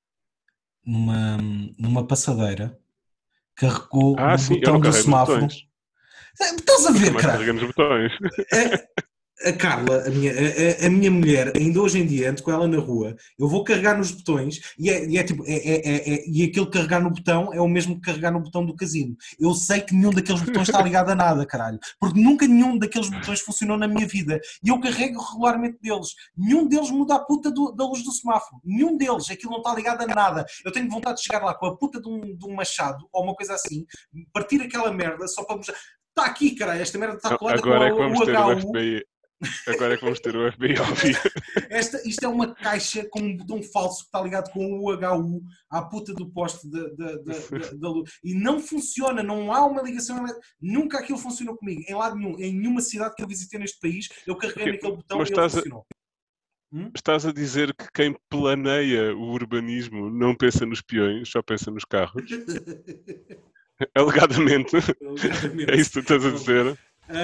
numa passadeira carregou no Sim, eu não botão do carrego nos semáforo. botões. Estás a Nunca ver, mais caralho? carreguei nos botões. A Carla, a minha mulher, ainda hoje em dia, ando com ela na rua, eu vou carregar nos botões e é tipo, e aquele carregar no botão é o mesmo que carregar no botão do casino. Eu sei que nenhum daqueles botões está ligado a nada, caralho, porque nunca nenhum daqueles botões funcionou na minha vida e eu carrego regularmente deles. Nenhum deles muda a puta da luz do semáforo. Nenhum deles, aquilo não está ligado a nada. Eu tenho vontade de chegar lá com a puta de um machado ou uma coisa assim, partir aquela merda só para mostrar. Está aqui, caralho, esta merda está colada com Agora é que o vamos ter o HU. FBI. Agora é que vamos ter o FBI ao vivo. Isto é uma caixa com um botão falso que está ligado com o HU à puta do poste da luz. E não funciona, não há uma ligação elétrica. Nunca aquilo funcionou comigo, em lado nenhum. Em nenhuma cidade que eu visitei neste país, eu carreguei naquele botão Mas e ele funcionou. estás a dizer que quem planeia o urbanismo não pensa nos peões, só pensa nos carros? Alegadamente. É isso que tu estás a dizer?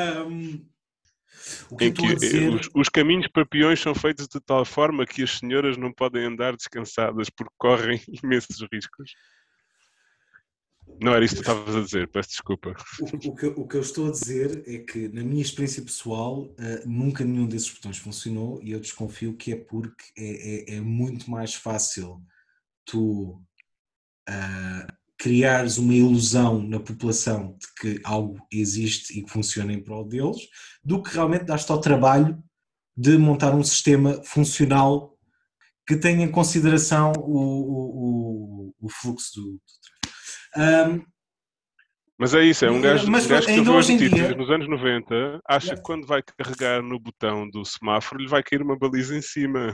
O que eu estou a dizer... os caminhos para peões são feitos de tal forma que as senhoras não podem andar descansadas porque correm imensos riscos. Não era isso que tu estavas a dizer, peço desculpa. O que eu estou a dizer é que, na minha experiência pessoal, nunca nenhum desses botões funcionou e eu desconfio que é porque é muito mais fácil tu criares uma ilusão na população de que algo existe e que funciona em prol deles, do que realmente dar-te ao trabalho de montar um sistema funcional que tenha em consideração o fluxo do tráfego. Mas é isso, é um gajo que ainda ouviu as hoje em notícias dia... nos anos 90, acha que quando vai carregar no botão do semáforo lhe vai cair uma baliza em cima.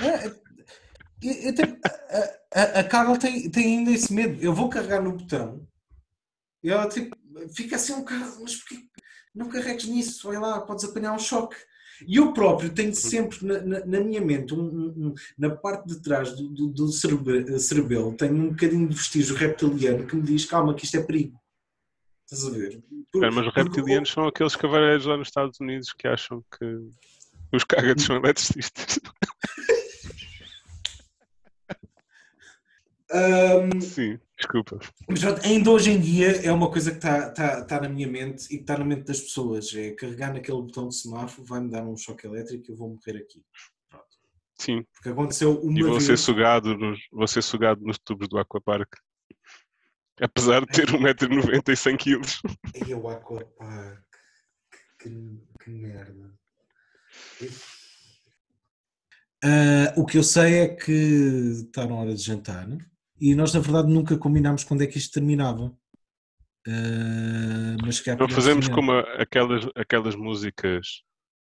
A Carla tem ainda esse medo. Eu vou carregar no botão e ela fica assim um bocado, mas porquê não carregues nisso? Vai lá, podes apanhar um choque. E eu próprio tenho sempre na minha mente, na parte de trás do cerebelo, tenho um bocadinho de vestígio reptiliano que me diz: calma, que isto é perigo. Estás a ver? Mas os reptilianos são aqueles cavaleiros lá nos Estados Unidos que acham que os cagados são eletricistas. Sim, desculpa. Mas ainda hoje em dia é uma coisa que está na minha mente e que está na mente das pessoas. É carregar naquele botão de semáforo, vai-me dar um choque elétrico e eu vou morrer aqui. Pronto. Sim. Porque aconteceu uma e vou vez... vou ser sugado nos tubos do Aquapark. Apesar de ter 1,90m e 100 kg. E o Aquapark. Que merda. O que eu sei é que está na hora de jantar, né? E nós na verdade nunca combinámos quando é que isto terminava. Mas que Não fazemos como aquelas músicas,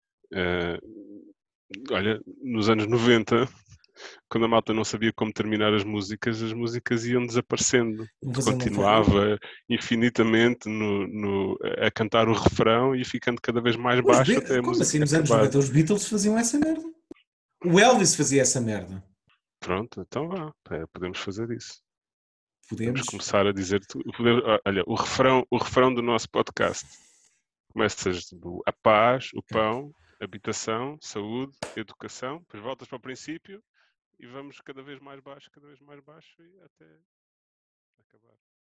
olha, nos anos 90, quando a malta não sabia como terminar as músicas iam desaparecendo. Continuava infinitamente a cantar o refrão e ficando cada vez mais baixo até a como música assim nos anos acabar. 90 os Beatles faziam essa merda? O Elvis fazia essa merda. Pronto, então vá, podemos fazer isso. Podemos começar a dizer, olha, o refrão do nosso podcast. Começas a paz, o pão, habitação, saúde, educação, depois voltas para o princípio e vamos cada vez mais baixo e até acabar.